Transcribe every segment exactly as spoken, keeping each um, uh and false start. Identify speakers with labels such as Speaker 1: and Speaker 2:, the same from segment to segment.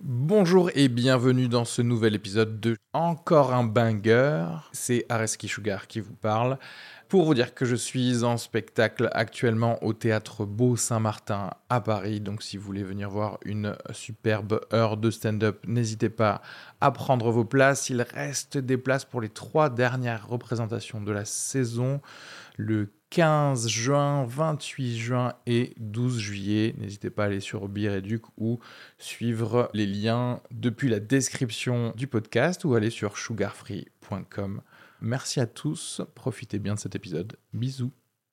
Speaker 1: Bonjour et bienvenue dans ce nouvel épisode de Encore un banger. C'est Areski Sugar qui vous parle. Pour vous dire que je suis en spectacle actuellement au Théâtre Beau-Saint-Martin à Paris. Donc si vous voulez venir voir une superbe heure de stand-up, n'hésitez pas à prendre vos places. Il reste des places pour les trois dernières représentations de la saison. Le quinze juin, vingt-huit juin et douze juillet. N'hésitez pas à aller sur Bireduc ou suivre les liens depuis la description du podcast ou aller sur sugarfree point com. Merci à tous, profitez bien de cet épisode. Bisous.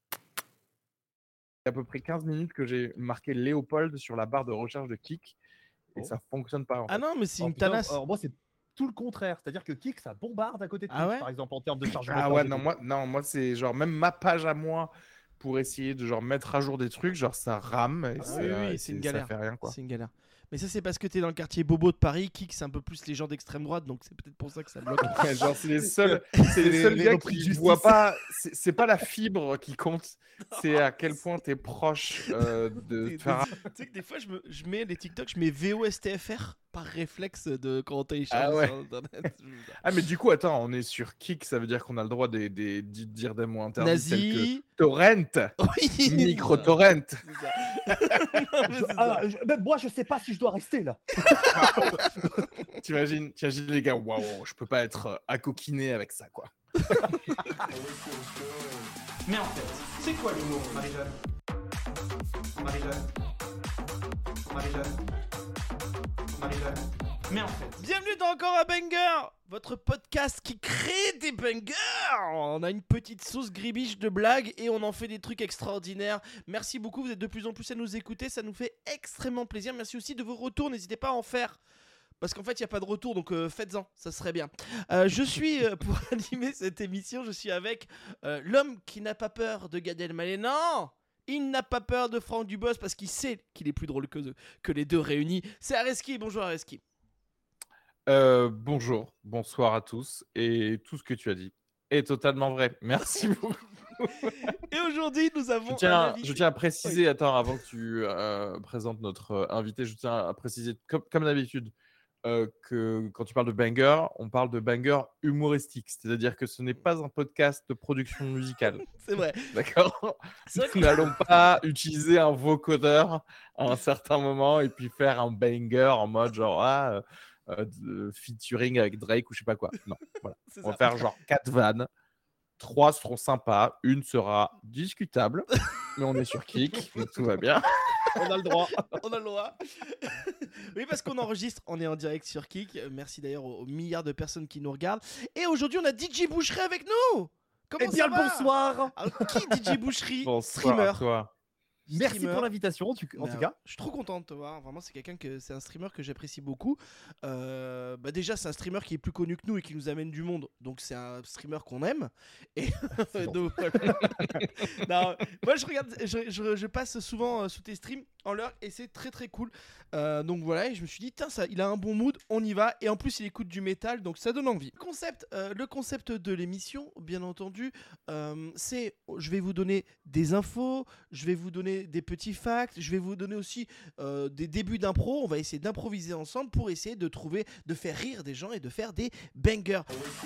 Speaker 2: À peu près quinze minutes que j'ai marqué Léopold sur la barre de recherche de Kik et
Speaker 3: Oh.
Speaker 2: ça fonctionne pas. En
Speaker 3: Ah
Speaker 2: fait.
Speaker 3: non, mais c'est
Speaker 4: Oh,
Speaker 3: une
Speaker 4: putain,
Speaker 3: tanasse.
Speaker 4: alors moi, c'est tout le contraire. C'est-à-dire que Kik, ça bombarde à côté de
Speaker 3: Ah
Speaker 4: Twitch,
Speaker 3: ouais
Speaker 4: par exemple, en termes de chargement.
Speaker 2: Ah
Speaker 4: de
Speaker 2: ouais,
Speaker 4: page et
Speaker 2: non,
Speaker 4: tout.
Speaker 2: moi, non, moi c'est genre même ma page à moi pour essayer de genre mettre à jour des trucs, genre ça rame et
Speaker 3: Ah
Speaker 2: c'est,
Speaker 3: oui,
Speaker 2: euh,
Speaker 3: oui,
Speaker 2: et
Speaker 3: c'est une
Speaker 2: ça
Speaker 3: galère.
Speaker 2: fait rien quoi.
Speaker 3: C'est une galère. Mais ça, c'est parce que t'es dans le quartier bobo de Paris. Kik, c'est un peu plus les gens d'extrême droite, donc c'est peut-être pour ça que ça bloque.
Speaker 2: Ouais, genre c'est les seuls, c'est les
Speaker 4: les-
Speaker 2: seuls
Speaker 4: les
Speaker 2: gars
Speaker 4: repris de
Speaker 2: qui
Speaker 4: justice.
Speaker 2: voient pas. C'est, c'est pas la fibre qui compte, c'est à quel point t'es proche euh, de
Speaker 3: Des-
Speaker 2: faire.
Speaker 3: des- Tu sais que des fois, je, me, je mets les TikTok, je mets V O S T F R par réflexe de quand on télécharge
Speaker 2: Ah ouais.
Speaker 3: sur Internet.
Speaker 2: Ah mais du coup attends, on est sur Kik, ça veut dire qu'on a le droit des, des, de dire des mots interdits tels que
Speaker 3: Nazi.
Speaker 2: torrent,
Speaker 3: Oui.
Speaker 2: micro-torrent.
Speaker 3: C'est ça. Non, mais
Speaker 4: Je-
Speaker 3: c'est
Speaker 4: ah,
Speaker 3: ça.
Speaker 4: je- même moi, je sais pas si je dois rester là.
Speaker 2: T'imagines, t'imagines les gars, waouh, je peux pas être euh, accoquiné avec ça quoi.
Speaker 5: Mais en fait, c'est quoi l'humour, Marie-Jeanne Marie-Jeanne Marie-Jeanne Marie-Jeanne Mais en fait,
Speaker 3: Bienvenue dans Encore un banger, votre podcast qui crée des bangers. On a une petite sauce gribiche de blagues et on en fait des trucs extraordinaires. Merci beaucoup, vous êtes de plus en plus à nous écouter, ça nous fait extrêmement plaisir. Merci aussi de vos retours, n'hésitez pas à en faire. Parce qu'en fait, il n'y a pas de retour, donc euh, faites-en, ça serait bien. Euh, je suis, euh, pour animer cette émission, je suis avec euh, l'homme qui n'a pas peur de Gad Elmaleh. Non, il n'a pas peur de Franck Dubosc parce qu'il sait qu'il est plus drôle que, que les deux réunis. C'est Areski, bonjour Areski.
Speaker 2: Euh, bonjour, bonsoir à tous, et tout ce que tu as dit est totalement vrai. Merci beaucoup.
Speaker 3: Et aujourd'hui, nous avons
Speaker 2: Je
Speaker 3: un
Speaker 2: tiens,
Speaker 3: invité.
Speaker 2: je tiens à préciser, attends, avant que tu euh, présentes notre euh, invité, je tiens à préciser, comme, comme d'habitude, euh, que quand tu parles de banger, on parle de banger humoristique, c'est-à-dire que ce n'est pas un podcast de production musicale.
Speaker 3: C'est vrai.
Speaker 2: D'accord.
Speaker 3: C'est vrai
Speaker 2: Nous n'allons pas utiliser un vocodeur à un certain moment et puis faire un banger en mode genre ah, euh, de featuring avec Drake ou je sais pas quoi. Non, voilà.
Speaker 3: C'est
Speaker 2: On va
Speaker 3: ça.
Speaker 2: faire genre quatre vannes. Trois seront sympas, une sera discutable, mais on est sur Kik, donc tout va bien.
Speaker 4: On a le droit.
Speaker 3: On a le droit. Oui, parce qu'on enregistre, on est en direct sur Kik. Euh, Merci d'ailleurs aux, aux milliards de personnes qui nous regardent. Et aujourd'hui, on a D J Boucherie avec nous. Comment
Speaker 4: Eh bien,
Speaker 3: ça
Speaker 4: le
Speaker 3: va
Speaker 4: bonsoir.
Speaker 3: Alors, qui D J Boucherie
Speaker 2: Bonsoir
Speaker 3: Streamer.
Speaker 2: à toi.
Speaker 4: Merci
Speaker 3: Streamer.
Speaker 4: pour l'invitation, en tout, en
Speaker 3: Mais,
Speaker 4: tout
Speaker 3: euh,
Speaker 4: cas.
Speaker 3: Je suis trop content de te voir. Vraiment, c'est quelqu'un que c'est un streamer que j'apprécie beaucoup. Euh, bah déjà, c'est un streamer qui est plus connu que nous et qui nous amène du monde. Donc, c'est un streamer qu'on aime. Et
Speaker 4: C'est
Speaker 3: donc, voilà. Non, moi, je regarde, je, je- je passe souvent euh, sous tes streams en l'heure et c'est très très cool. Euh, donc voilà, et je me suis dit, tiens, ça, il a un bon mood, on y va. Et en plus, il écoute du métal, donc ça donne envie. Le concept, euh, le concept de l'émission, bien entendu, euh, c'est, je vais vous donner des infos, je vais vous donner des petits facts, je vais vous donner aussi euh, des débuts d'impro. On va essayer d'improviser ensemble pour essayer de trouver, de faire rire des gens et de faire des bangers.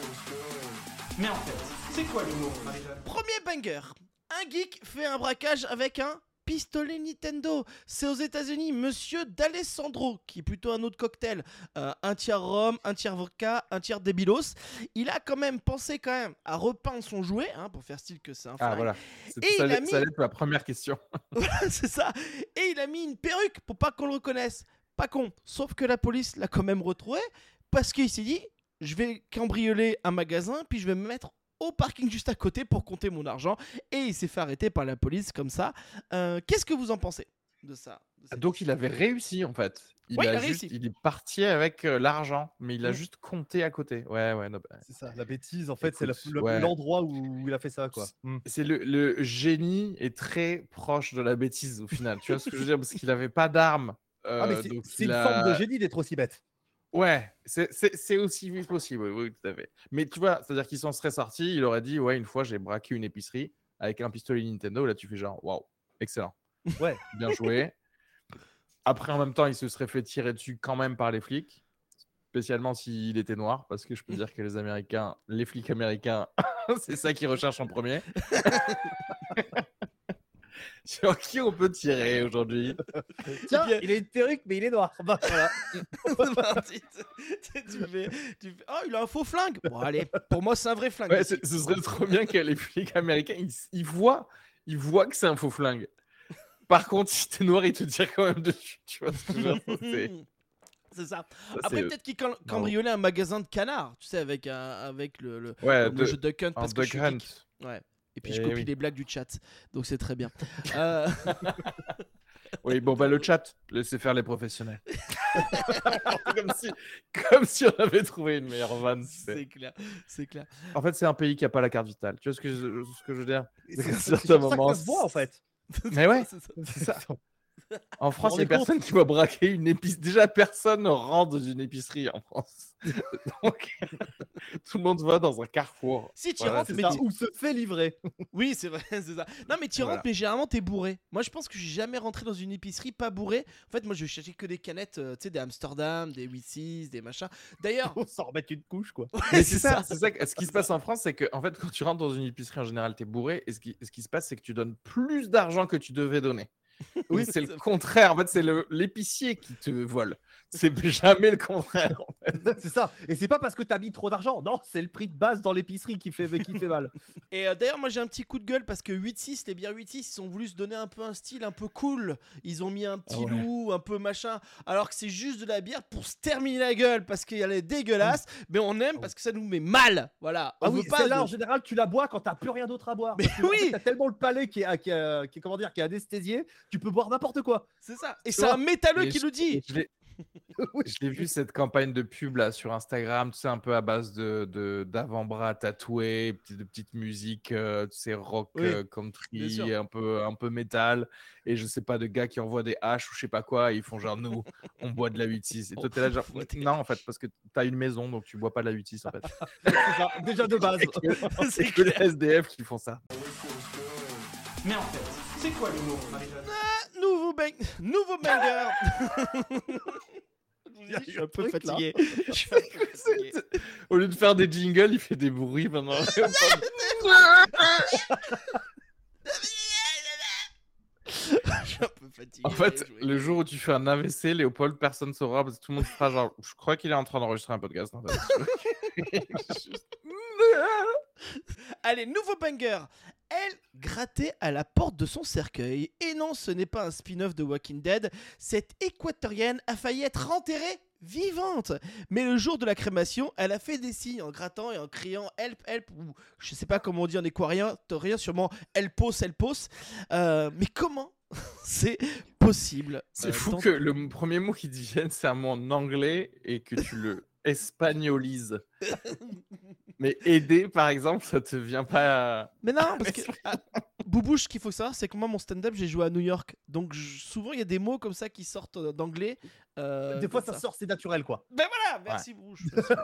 Speaker 5: mais en fait, c'est quoi l'humour, Marie-Jeanne
Speaker 3: Premier banger. Un geek fait un braquage avec un pistolet Nintendo. C'est aux États-Unis, Monsieur D'Alessandro, qui est plutôt un autre cocktail. Euh, un tiers rhum, un tiers vodka, un tiers débilos. Il a quand même pensé quand même à repeindre son jouet, hein, pour faire style que c'est un
Speaker 2: Ah
Speaker 3: flingue.
Speaker 2: voilà, C'est-
Speaker 3: Et
Speaker 2: ça,
Speaker 3: il a
Speaker 2: allait-
Speaker 3: mis-
Speaker 2: ça allait être ma première question.
Speaker 3: C'est ça. Et il a mis une perruque pour pas qu'on le reconnaisse. Pas con. Sauf que la police l'a quand même retrouvé parce qu'il s'est dit, je vais cambrioler un magasin, puis je vais me mettre au parking juste à côté pour compter mon argent. Et il s'est fait arrêter par la police comme ça. Euh, Qu'est-ce que vous en pensez de ça de cette-
Speaker 2: Donc il avait réussi en fait. Il,
Speaker 3: Ouais, il
Speaker 2: a
Speaker 3: a
Speaker 2: juste,
Speaker 3: réussi.
Speaker 2: il est parti avec euh, l'argent, mais il a
Speaker 3: Mm.
Speaker 2: juste compté à côté. Ouais, ouais, non, bah,
Speaker 4: C'est ça, la bêtise, en fait, c'est
Speaker 2: Écoute,
Speaker 4: la- le-
Speaker 2: ouais.
Speaker 4: l'endroit où il a fait ça, quoi. Hmm.
Speaker 2: c'est le, le génie est très proche de la bêtise au final. Tu vois ce que je veux dire? Parce qu'il avait pas d'arme.
Speaker 4: Ah, mais
Speaker 2: euh,
Speaker 4: c'est
Speaker 2: donc
Speaker 4: c'est
Speaker 2: il
Speaker 4: une
Speaker 2: a-
Speaker 4: forme de génie d'être aussi bête.
Speaker 2: Ouais, c'est- c'est c'est aussi vite possible, oui, oui, tout à fait. Mais tu vois, c'est-à-dire qu'il s'en serait sorti, il aurait dit, ouais, une fois, j'ai braqué une épicerie avec un pistolet Nintendo. Là, tu fais genre, waouh, excellent,
Speaker 4: Ouais.
Speaker 2: bien joué. Après, en même temps, il se serait fait tirer dessus quand même par les flics, spécialement s'il était noir, parce que je peux dire que les Américains, les flics américains, c'est ça qu'ils recherchent en premier. Sur qui on peut tirer aujourd'hui?
Speaker 4: Tiens,
Speaker 3: bien-
Speaker 4: il est théorique, mais il est noir. Bah, voilà.
Speaker 3: tu, tu- tu fais, tu fais, oh, il a un faux flingue. Bon, allez, pour moi, c'est un vrai flingue.
Speaker 2: Ouais,
Speaker 3: ici.
Speaker 2: c'est- ce serait trop bien que les flics américains, ils, ils voient, ils voient que c'est un faux flingue. Par contre, si t'es noir, ils te tirent quand même dessus. Tu vois ce que je veux dire? Ça, c'est-
Speaker 3: C'est ça.
Speaker 2: ça,
Speaker 3: Après,
Speaker 2: c'est-
Speaker 3: peut-être qu'il cam- cambriolait un magasin de canards, tu sais, avec, un, avec le, le,
Speaker 2: Ouais,
Speaker 3: comme
Speaker 2: de-
Speaker 3: le jeu Duck Hunt.
Speaker 2: un
Speaker 3: Parce que je
Speaker 2: Duck
Speaker 3: suis
Speaker 2: Hunt.
Speaker 3: geek. Ouais. Et puis je
Speaker 2: Eh
Speaker 3: copie
Speaker 2: oui.
Speaker 3: les blagues du chat, donc c'est très bien. Euh,
Speaker 2: Oui, bon, bah le chat, laissez faire les professionnels. comme, si, comme si on avait trouvé une meilleure vanne. c'est-
Speaker 3: c'est clair, c'est clair.
Speaker 2: En fait, c'est un pays qui n'a pas la carte vitale. Tu vois ce que je, ce que je veux dire?
Speaker 4: C'est
Speaker 2: C'est
Speaker 4: c'est
Speaker 2: certains
Speaker 4: sur ça que
Speaker 2: moments,
Speaker 4: ça se voit, en fait.
Speaker 2: Mais ouais,
Speaker 3: C'est ça.
Speaker 2: c'est ça. En France, il
Speaker 4: rendez
Speaker 2: n'y a personne qui va braquer une épicerie. Déjà, personne ne rentre dans une épicerie en France. Donc, tout le monde va dans un carrefour.
Speaker 3: Si tu
Speaker 2: Voilà,
Speaker 3: rentres,
Speaker 4: C'est
Speaker 3: mais
Speaker 4: ça,
Speaker 3: tu-
Speaker 4: où se fait livrer.
Speaker 3: oui, c'est vrai, c'est ça. Non, mais tu
Speaker 2: Voilà.
Speaker 3: rentres, mais généralement t'es bourré. Moi, je pense que je suis jamais rentré dans une épicerie pas bourré. En fait, moi, je cherchais que des canettes, euh, tu sais, des Amsterdam, des Wheaties, des machins. D'ailleurs,
Speaker 4: On s'en remettre une couche, quoi.
Speaker 2: Mais c'est ça, c'est ça. que- Ce qui se passe en France, c'est que en fait, quand tu rentres dans une épicerie, en général, t'es bourré. Et ce qui, ce qui se passe, c'est que tu donnes plus d'argent que tu devais donner. Oui, c'est le contraire. En fait, c'est le- l'épicier qui te vole. C'est jamais le contraire. en fait.
Speaker 4: C'est ça. Et c'est pas parce que t'as mis trop d'argent. Non, c'est le prix de base dans l'épicerie qui fait, qui fait mal.
Speaker 3: Et euh, d'ailleurs, moi j'ai un petit coup de gueule parce que huit six, les bières huit six, ils ont voulu se donner un peu un style un peu cool. Ils ont mis un petit
Speaker 2: Ah ouais.
Speaker 3: loup, un peu machin, alors que c'est juste de la bière pour se terminer la gueule parce qu'elle est dégueulasse, mais on aime parce que ça nous met mal. Voilà. On
Speaker 4: Ah
Speaker 3: veut
Speaker 4: oui,
Speaker 3: pas
Speaker 4: celle-là,
Speaker 3: de-
Speaker 4: en général, tu la bois quand t'as plus rien d'autre à boire.
Speaker 3: Mais
Speaker 4: Parce que, en
Speaker 3: oui.
Speaker 4: fait, t'as tellement le palais qui est, qui est- qui est- comment dire, qui est anesthésié, tu peux boire n'importe quoi.
Speaker 3: C'est ça. Et
Speaker 4: Tu
Speaker 3: c'est
Speaker 4: vois.
Speaker 3: un métalleux
Speaker 2: Mais
Speaker 3: qui
Speaker 2: je-
Speaker 3: le dit.
Speaker 2: Je l'ai- je l'ai vu cette campagne de pub là sur Instagram, tu sais, un peu à base de de- d'avant-bras tatoués, petit- de petites musiques, euh, tu sais, rock,
Speaker 3: Oui,
Speaker 2: euh,
Speaker 3: bien
Speaker 2: country,
Speaker 3: sûr.
Speaker 2: un peu, un peu métal, et je sais pas, de gars qui envoient des haches ou je sais pas quoi, et ils font genre nous, on boit de la huit six. Et toi, t'es là genre,
Speaker 3: boit des
Speaker 2: non, en fait, parce que t'as une maison, donc tu bois pas de la huit six en fait.
Speaker 4: C'est ça, déjà de base.
Speaker 2: Et que-
Speaker 3: C'est
Speaker 2: c'est que les
Speaker 3: clair.
Speaker 2: S D F qui font ça.
Speaker 5: Mais en fait, c'est quoi l'humour, Marie-Jeanne?
Speaker 3: Ah, nouveau bang, nouveau banger. Je vous ai dit, je suis un peu
Speaker 4: truc, là.
Speaker 3: fatigué. Je suis un peu fatigué.
Speaker 2: Au lieu de faire des jingles, il fait des bruits maintenant.
Speaker 3: Je suis un peu fatigué.
Speaker 2: En fait,
Speaker 3: je
Speaker 2: le jour où tu fais un A V C, Léopold, personne ne saura parce que tout le monde fera genre. Je crois qu'il est en train d'enregistrer un podcast. En fait.
Speaker 3: Allez, nouveau banger. Elle grattait à la porte de son cercueil. Et non, ce n'est pas un spin-off de Walking Dead. Cette équatorienne a failli être enterrée vivante. Mais le jour de la crémation, elle a fait des signes en grattant et en criant help, help, ou je sais pas comment on dit en équatorien, rien, sûrement elle pose, elle pose. Euh, mais comment c'est possible?
Speaker 2: C'est
Speaker 3: Euh,
Speaker 2: fou
Speaker 3: dans-
Speaker 2: que le premier mot qui te vienne, c'est un mot en anglais et que tu le espagnolises. Mais aider, par exemple, ça te vient pas.
Speaker 3: Mais non, parce que ah, Boubouche, ce qu'il faut savoir, c'est que moi, mon stand-up, j'ai joué à New York. Donc, je- souvent, il y a des mots comme ça qui sortent euh, d'anglais. euh,
Speaker 4: Des fois,
Speaker 3: comme
Speaker 4: ça sort, c'est naturel, quoi.
Speaker 3: Ben voilà, merci Boubouche.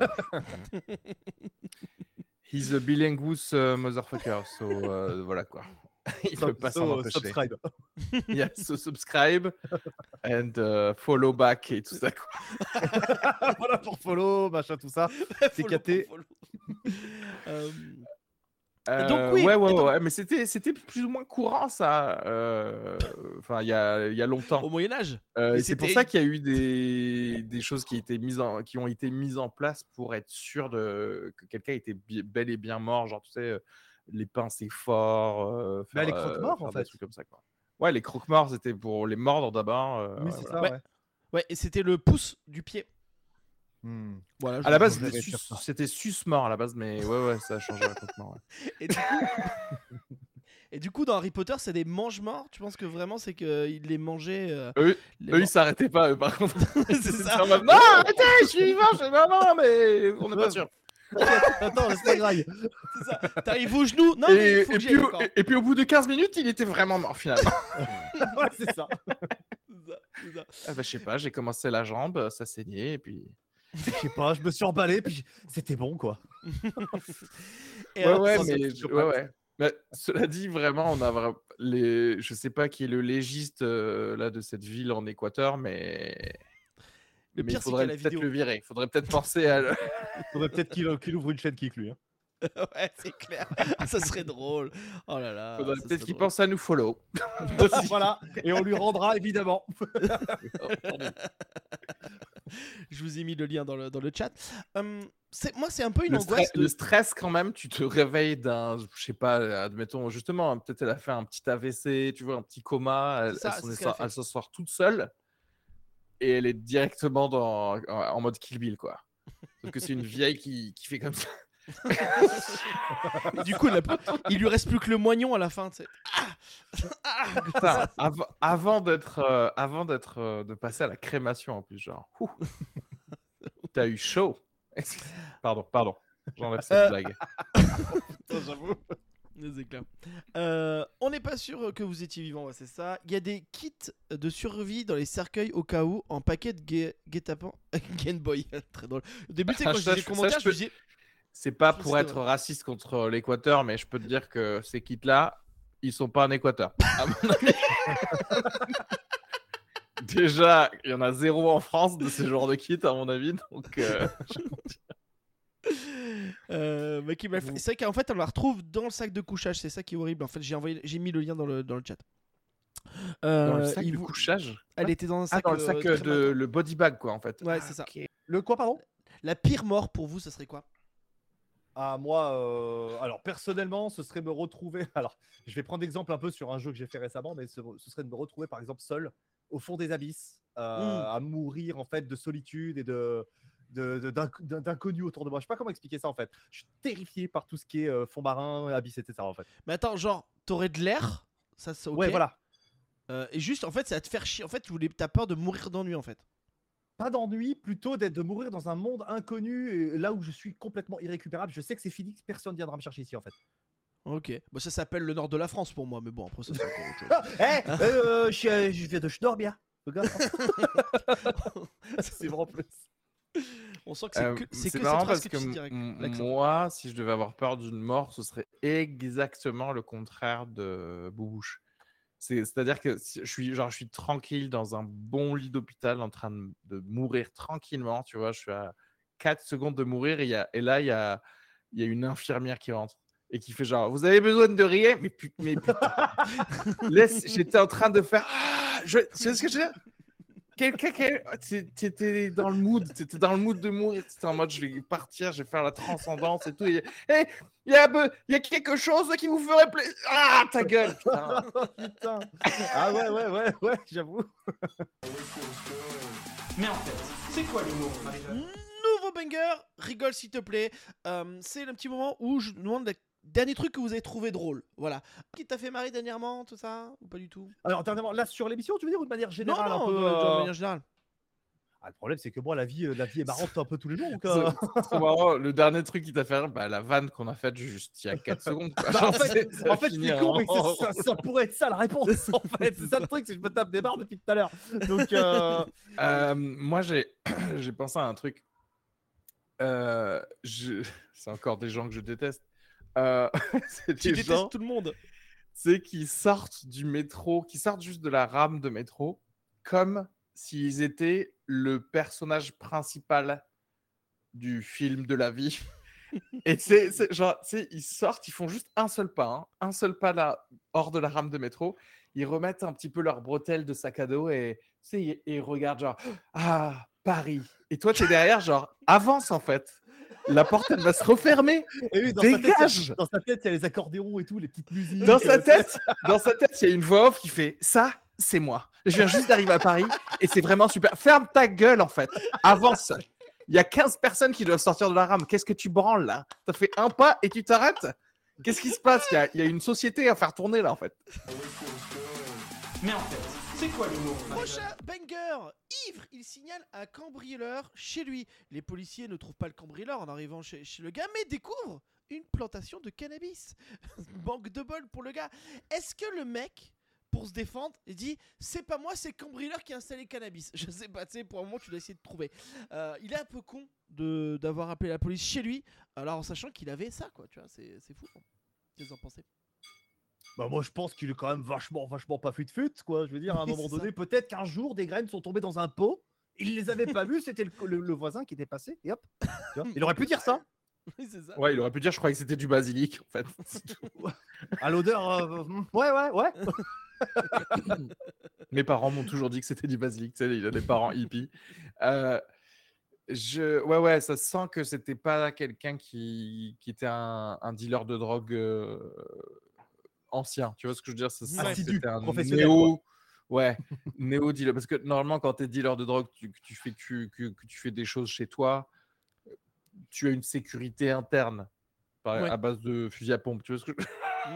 Speaker 2: He's a bilinguous uh, motherfucker, so euh, voilà quoi. Il peut pas s'en
Speaker 4: So,
Speaker 2: empêcher.
Speaker 4: subscribe.
Speaker 2: Yeah, so subscribe and uh, follow back et tout ça quoi.
Speaker 4: Voilà pour follow, machin, tout ça.
Speaker 3: Follow,
Speaker 4: caté.
Speaker 3: follow. Euh,
Speaker 2: Euh,
Speaker 3: donc, oui,
Speaker 2: ouais, ouais,
Speaker 3: et donc-
Speaker 2: ouais, mais c'était, c'était plus ou moins courant ça. euh, Enfin, il y a, il y a longtemps.
Speaker 3: au Moyen-Âge.
Speaker 2: Euh,
Speaker 3: mais
Speaker 2: et c'est pour
Speaker 3: c'était-
Speaker 2: ça qu'il y a eu des, des choses qui, étaient mises en, qui ont été mises en place pour être sûr de, que quelqu'un était bi- bel et bien mort. Genre, tu sais, euh, les pincer forts. Euh,
Speaker 4: Bah,
Speaker 2: faire,
Speaker 4: les
Speaker 2: euh,
Speaker 4: croque-morts,
Speaker 2: faire
Speaker 4: en
Speaker 2: des
Speaker 4: fait.
Speaker 2: trucs comme ça, quoi. Ouais, les croque-morts, c'était pour les mordre d'abord. euh,
Speaker 4: Oui,
Speaker 2: ouais,
Speaker 4: c'est
Speaker 2: voilà.
Speaker 4: ça,
Speaker 3: Ouais.
Speaker 4: ouais.
Speaker 3: Ouais, et c'était le pouce du pied.
Speaker 4: Hmm.
Speaker 3: Voilà. je-
Speaker 2: À la base,
Speaker 4: je
Speaker 2: c'était
Speaker 4: vais
Speaker 2: sus-
Speaker 4: faire ça.
Speaker 2: c'était sus-mort à la base, mais ouais, ouais, ça a changé à croque-mort. Ouais.
Speaker 3: Et du coup... et du coup, dans Harry Potter, c'est des mange-morts. Tu penses que vraiment, c'est qu'ils les mangeaient euh,
Speaker 2: Eux,
Speaker 3: les
Speaker 2: eux, ils
Speaker 3: morts
Speaker 2: s'arrêtaient pas, eux, par contre.
Speaker 3: C'est
Speaker 2: C'était
Speaker 3: ça.
Speaker 2: en mode, non, arrêtez, je suis vivant. Je fais, non, non, mais on n'est pas sûr.
Speaker 4: Attends, laisse pas graille.
Speaker 3: C'est ça. T'arrives au genou. Non, mais
Speaker 2: Et,
Speaker 3: il faut
Speaker 2: et
Speaker 3: que j'y
Speaker 2: puis,
Speaker 3: aille
Speaker 2: au-
Speaker 3: encore.
Speaker 2: et, et puis au bout de quinze minutes, il était vraiment mort finalement.
Speaker 4: Ouais, c'est ça.
Speaker 3: C'est ça, c'est ça.
Speaker 2: Ah bah, je sais pas, j'ai commencé la jambe, ça saignait, et puis.
Speaker 4: Je sais pas, je me suis emballé, puis c'était bon, quoi.
Speaker 3: Et
Speaker 2: Ouais,
Speaker 3: alors,
Speaker 2: ouais,
Speaker 4: ça,
Speaker 2: mais
Speaker 4: c'est
Speaker 2: je-
Speaker 4: sur
Speaker 2: ouais,
Speaker 4: pattes.
Speaker 2: ouais. Mais cela dit, vraiment, on a vra- les. Je sais pas qui est le légiste euh, là de cette ville en Équateur, mais
Speaker 3: Le
Speaker 2: mais il
Speaker 3: pire, c'est qu'il y a
Speaker 2: faudrait
Speaker 3: la
Speaker 2: peut-être
Speaker 3: vidéo.
Speaker 2: le virer. Il faudrait peut-être penser à. le-
Speaker 4: Faudrait peut-être qu'il qu'il ouvre une chaîne qui lui. Hein.
Speaker 3: Ouais, c'est clair. Ah, ça serait drôle. Oh là là.
Speaker 2: faudrait
Speaker 3: ça
Speaker 2: peut-être
Speaker 3: serait
Speaker 2: qu'il
Speaker 3: drôle.
Speaker 2: pense à nous follow.
Speaker 4: Voilà, et on lui rendra évidemment.
Speaker 3: Je vous ai mis le lien dans le, dans le chat. Hum, c'est, moi, c'est un peu une
Speaker 2: Le,
Speaker 3: angoisse.
Speaker 2: stre-
Speaker 3: De...
Speaker 2: le stress, quand même, tu te réveilles d'un. Je sais pas, admettons, justement, hein, peut-être elle a fait un petit A V C, tu vois, un petit coma, elle,
Speaker 3: C'est ça,
Speaker 2: elle s'en
Speaker 3: c'est
Speaker 2: est
Speaker 3: ce qu'elle a
Speaker 2: sor-
Speaker 3: fait.
Speaker 2: elle s'en sort toute seule et elle est directement dans, en, en mode Kill Bill, quoi. Sauf que c'est une vieille qui, qui fait comme ça.
Speaker 3: Et du coup, il, a plus- il lui reste plus que le moignon à la fin. Tu sais. Ah Ah
Speaker 2: Putain, av- avant d'être, euh, avant d'être, euh, de passer à la crémation en plus, genre. ouh. T'as eu chaud. Pardon, pardon. J'enlève cette
Speaker 3: Euh,
Speaker 2: blague.
Speaker 3: J'avoue. C'est clair. Euh, on n'est pas sûr que vous étiez vivant, ouais, c'est ça. Il y a des kits de survie dans les cercueils au cas où en paquet de gue- guet-apens Game Boy. Très drôle. Au début, tu sais, quand je
Speaker 2: Ça,
Speaker 3: disais
Speaker 2: je-
Speaker 3: commentaires,
Speaker 2: ça,
Speaker 3: je
Speaker 2: je
Speaker 3: me
Speaker 2: peux-
Speaker 3: disais.
Speaker 2: C'est pas
Speaker 3: Je
Speaker 2: pour
Speaker 3: sais,
Speaker 2: être
Speaker 3: ouais.
Speaker 2: raciste contre l'Équateur, mais je peux te dire que ces kits-là, ils sont pas en Équateur. À mon avis. Déjà, il y en a zéro en France de ce genre de kit, à mon avis. Donc, euh,
Speaker 3: Euh, mais qui m'a fait- C'est vrai qu'en fait, on la retrouve dans le sac de couchage. C'est ça qui est horrible. En fait, j'ai envoyé, j'ai mis le lien dans le, dans le chat. Euh,
Speaker 2: dans le sac
Speaker 3: il
Speaker 2: de
Speaker 3: vous-
Speaker 2: couchage.
Speaker 3: Elle était dans un
Speaker 2: Ah,
Speaker 3: sac.
Speaker 2: dans le sac
Speaker 3: euh,
Speaker 2: euh,
Speaker 3: très
Speaker 2: de
Speaker 3: matin.
Speaker 2: le body bag, quoi, en fait.
Speaker 3: Ouais,
Speaker 2: Ah,
Speaker 3: c'est ça.
Speaker 2: ok.
Speaker 4: Le quoi, pardon?
Speaker 3: La pire mort pour vous, ça serait quoi?
Speaker 4: Ah, moi, euh, alors personnellement, ce serait me retrouver. Alors, je vais prendre exemple un peu sur un jeu que j'ai fait récemment, mais ce, ce serait de me retrouver, par exemple, seul au fond des abysses, euh,
Speaker 3: Mm.
Speaker 4: à mourir en fait de solitude et de de- de- d'inc- d'in- d'inconnus autour de moi. Je sais pas comment expliquer ça en fait. Je suis terrifié par tout ce qui est euh, fond marin, abysse, et cetera. En fait.
Speaker 3: Mais attends, genre, t'aurais de l'air, ça c'est ok.
Speaker 4: Ouais, voilà.
Speaker 3: Euh, et juste, en fait, c'est à te faire chier. En fait, tu voulais, t'as peur de mourir d'ennui, en fait.
Speaker 4: Pas d'ennui, plutôt d'être de mourir dans un monde inconnu, et là où je suis complètement irrécupérable. Je sais que c'est fini, personne viendra me chercher ici en fait.
Speaker 3: Ok. Bah, ça s'appelle le nord de la France pour moi, mais bon, après ça, c'est encore autre chose.
Speaker 4: Eh, euh, je, suis, euh, je viens de Schnorbia. C'est vraiment plus.
Speaker 3: On sent que c'est
Speaker 2: Euh,
Speaker 3: que,
Speaker 2: c'est
Speaker 3: c'est que
Speaker 2: marrant
Speaker 3: cette phrase
Speaker 2: parce
Speaker 3: que
Speaker 2: que
Speaker 3: tu dis
Speaker 2: m-
Speaker 3: direct.
Speaker 2: m-
Speaker 3: L'accent.
Speaker 2: moi, si je devais avoir peur d'une mort, ce serait exactement le contraire de Boubouche. C'est- C'est-à-dire que si- je suis, genre, je suis tranquille dans un bon lit d'hôpital en train de, de mourir tranquillement, tu vois, je suis à quatre secondes de mourir et, il y a, et là, il y a, il y a une infirmière qui rentre et qui fait genre, vous avez besoin de rien? Mais, pu- mais putain, laisse, j'étais en train de faire, ah, je, tu sais ce que je veux dire? Quelqu'un qui t'étais dans le mood, t'étais dans le mood de mourir, t'étais en mode je vais partir, je vais faire la transcendance et tout. Et, hey, il y a, be- il y a quelque chose qui vous ferait plaisir. Ah, ta gueule, putain.
Speaker 4: Putain. Ah ouais, ouais, ouais, ouais, j'avoue.
Speaker 5: Mais en fait, c'est quoi l'humour, Marie-Jeanne?
Speaker 3: Nouveau banger, rigole s'il te plaît. Euh, c'est le petit moment où je demande le dernier truc que vous avez trouvé drôle. Voilà. Qui t'a fait marrer dernièrement, tout ça? Ou pas du tout?
Speaker 4: Alors, dernièrement, là sur l'émission, tu veux dire, ou de manière
Speaker 3: Non,
Speaker 4: générale
Speaker 3: non,
Speaker 4: un peu,
Speaker 3: de, de
Speaker 4: euh,
Speaker 3: manière générale.
Speaker 4: Ah, le problème, c'est que moi, la vie, euh, la vie est marrante un peu tous les jours. Donc,
Speaker 2: C'est
Speaker 4: euh,
Speaker 2: c'est trop marrant. Le dernier truc qui t'a fait rire, bah, la vanne qu'on a faite juste il y a quatre secondes. quoi.
Speaker 4: bah, en
Speaker 2: Genre,
Speaker 4: fait,
Speaker 2: c'est- ça
Speaker 4: en fait
Speaker 2: finit
Speaker 4: c'est con,
Speaker 2: en-
Speaker 4: mais c'est- ça, ça pourrait être ça la réponse. En fait, c'est ça le truc, c'est que je me tape des barres depuis tout à l'heure. Donc, euh,
Speaker 2: Euh, moi, j'ai j'ai pensé à un truc. Euh, je- C'est encore des gens que je déteste. Euh, C'est
Speaker 3: Tu
Speaker 2: des
Speaker 3: détestes
Speaker 2: gens
Speaker 3: tout le monde.
Speaker 2: c'est qui sortent du métro, qui sortent juste de la rame de métro, comme s'ils étaient le personnage principal du film de la vie. Et c'est c'est genre, tu sais, ils sortent, ils font juste un seul pas, hein, un seul pas là, hors de la rame de métro. Ils remettent un petit peu leurs bretelles de sac à dos et, tu sais, ils, ils regardent genre, ah, Paris. Et toi, t'es derrière, genre, avance en fait. La porte, elle va se refermer.
Speaker 4: et lui, dans sa tête, il y a-
Speaker 2: Dégage.
Speaker 4: dans sa tête, il y a les accordéons et tout, les petites musiques.
Speaker 2: Dans
Speaker 4: euh,
Speaker 2: sa tête, dans sa tête, il y a une voix off qui fait ça, c'est moi. Je viens juste d'arriver à Paris et c'est vraiment super. Ferme ta gueule en fait. Avance. Il y a quinze personnes qui doivent sortir de la rame. Qu'est-ce que tu branles là? T'as fait un pas et tu t'arrêtes? Qu'est-ce qui se passe? Il y, a, il y a une société à faire tourner là en fait.
Speaker 5: Mais en fait, c'est quoi l'humour, Marie-Jeanne?
Speaker 3: Prochain banger. Ivre, il signale un cambrioleur chez lui. Les policiers ne trouvent pas le cambrioleur en arrivant chez, chez le gars, mais découvrent une plantation de cannabis. Manque de bol pour le gars. Est-ce que le mec, pour se défendre, il dit c'est pas moi, c'est le cambrioleur qui a installé le cannabis? Je sais pas, tu sais, pour un moment tu dois essayer de trouver. Euh, il est un peu con de d'avoir appelé la police chez lui, alors en sachant qu'il avait ça, quoi, tu vois, c'est c'est fou. Hein. Qu'est-ce que vous en pensez?
Speaker 4: Bah moi je pense qu'il est quand même vachement vachement pas fut-fut quoi. Je veux dire à un
Speaker 3: Oui,
Speaker 4: moment
Speaker 3: c'est
Speaker 4: donné, peut-être qu'un jour des graines sont tombées dans un pot, il les avait pas vues, c'était le, le- le voisin qui était passé et hop. Tu vois, il aurait pu dire ça.
Speaker 3: Oui, c'est ça.
Speaker 2: Ouais, il aurait pu dire, je croyais que c'était du basilic, en fait. C'est tout.
Speaker 4: À l'odeur, euh, mm, ouais ouais ouais.
Speaker 2: Mes parents m'ont toujours dit que c'était du basilic. Tu sais, il a des parents hippies. Euh, je... Ouais, ouais, ça sent que c'était pas quelqu'un qui... qui était un... un dealer de drogue euh, ancien. Tu vois ce que je veux dire? Ça sent que
Speaker 4: Assidu,
Speaker 2: c'était un
Speaker 4: professionnel,
Speaker 2: néo... Ouais, néo-dealer. Parce que normalement, quand tu es dealer de drogue, tu, que tu fais, que, que, que tu fais des choses chez toi, tu as une sécurité interne par-
Speaker 3: Ouais.
Speaker 2: à base de fusil à pompe. Tu vois ce que je...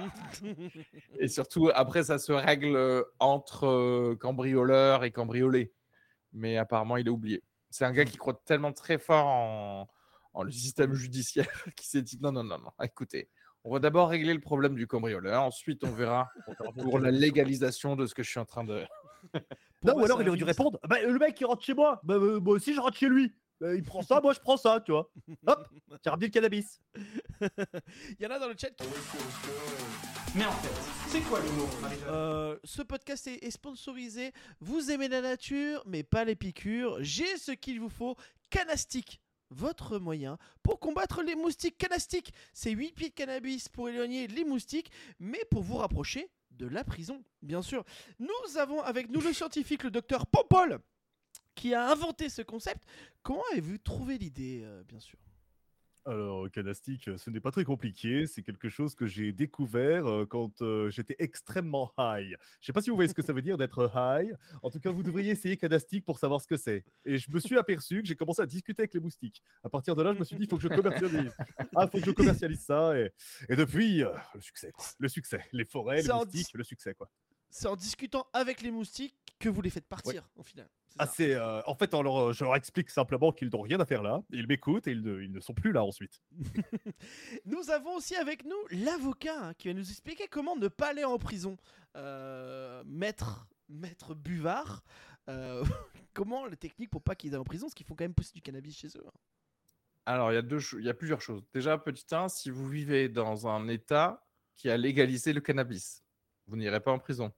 Speaker 2: Et surtout, après, ça se règle euh, entre euh, cambrioleurs et cambriolés. Mais apparemment, il est oublié. C'est un gars qui croit tellement très fort en, en le système judiciaire qu'il s'est dit non, non, non, non, écoutez, on va d'abord régler le problème du cambrioleur, ensuite on verra pour la légalisation de ce que je suis en train de...
Speaker 4: Non,
Speaker 3: moi,
Speaker 4: ou alors
Speaker 3: c'est
Speaker 4: il
Speaker 3: un
Speaker 4: aurait dû
Speaker 3: film-
Speaker 4: répondre bah, le mec qui rentre chez moi, bah, euh, moi aussi je rentre chez lui. Bah, il prend ça, moi je prends ça, tu vois. Hop, j'ai ramené le cannabis.
Speaker 3: Il y en a dans le chat qui
Speaker 5: Mais en fait, c'est quoi l'humour, Marie-Jo?
Speaker 3: Euh, ce podcast est, est sponsorisé. Vous aimez la nature, mais pas les piqûres. J'ai ce qu'il vous faut. Canastic, votre moyen pour combattre les moustiques. Canastic, c'est huit pieds de cannabis pour éloigner les moustiques, mais pour vous rapprocher de la prison, bien sûr. Nous avons avec nous le scientifique, le docteur Popol, qui a inventé ce concept. Comment avez-vous trouvé l'idée, euh, bien sûr?
Speaker 4: Alors, Canastic, ce n'est pas très compliqué. C'est quelque chose que j'ai découvert euh, quand euh, j'étais extrêmement high. Je sais pas si vous voyez ce que ça veut dire d'être high. En tout cas, vous devriez essayer Canastic pour savoir ce que c'est. Et je me suis aperçu que j'ai commencé à discuter avec les moustiques. À partir de là, je me suis dit, il faut que je commercialise. Ah, il faut que je commercialise ça. Et, et depuis, euh, le succès, quoi. Le succès. Les forêts, les
Speaker 3: C'est en
Speaker 4: moustiques,
Speaker 3: dis-
Speaker 4: le succès, quoi.
Speaker 3: C'est en discutant avec les moustiques que vous les faites partir, au final. C'est
Speaker 4: Ah,
Speaker 3: ça.
Speaker 4: c'est, euh, en fait, on leur- je leur explique simplement qu'ils n'ont rien à faire là. Ils m'écoutent et ils ne, ils ne sont plus là ensuite.
Speaker 3: Nous avons aussi avec nous l'avocat hein, qui va nous expliquer comment ne pas aller en prison. Euh, maître, maître Buvard, euh, comment les techniques pour pas qu'ils aillent en prison, parce qu'ils font quand même pousser du cannabis chez eux. hein.
Speaker 2: Alors, il y a deux, cho- il y a plusieurs choses. Déjà, petit un, si vous vivez dans un État qui a légalisé le cannabis, vous n'irez pas en prison.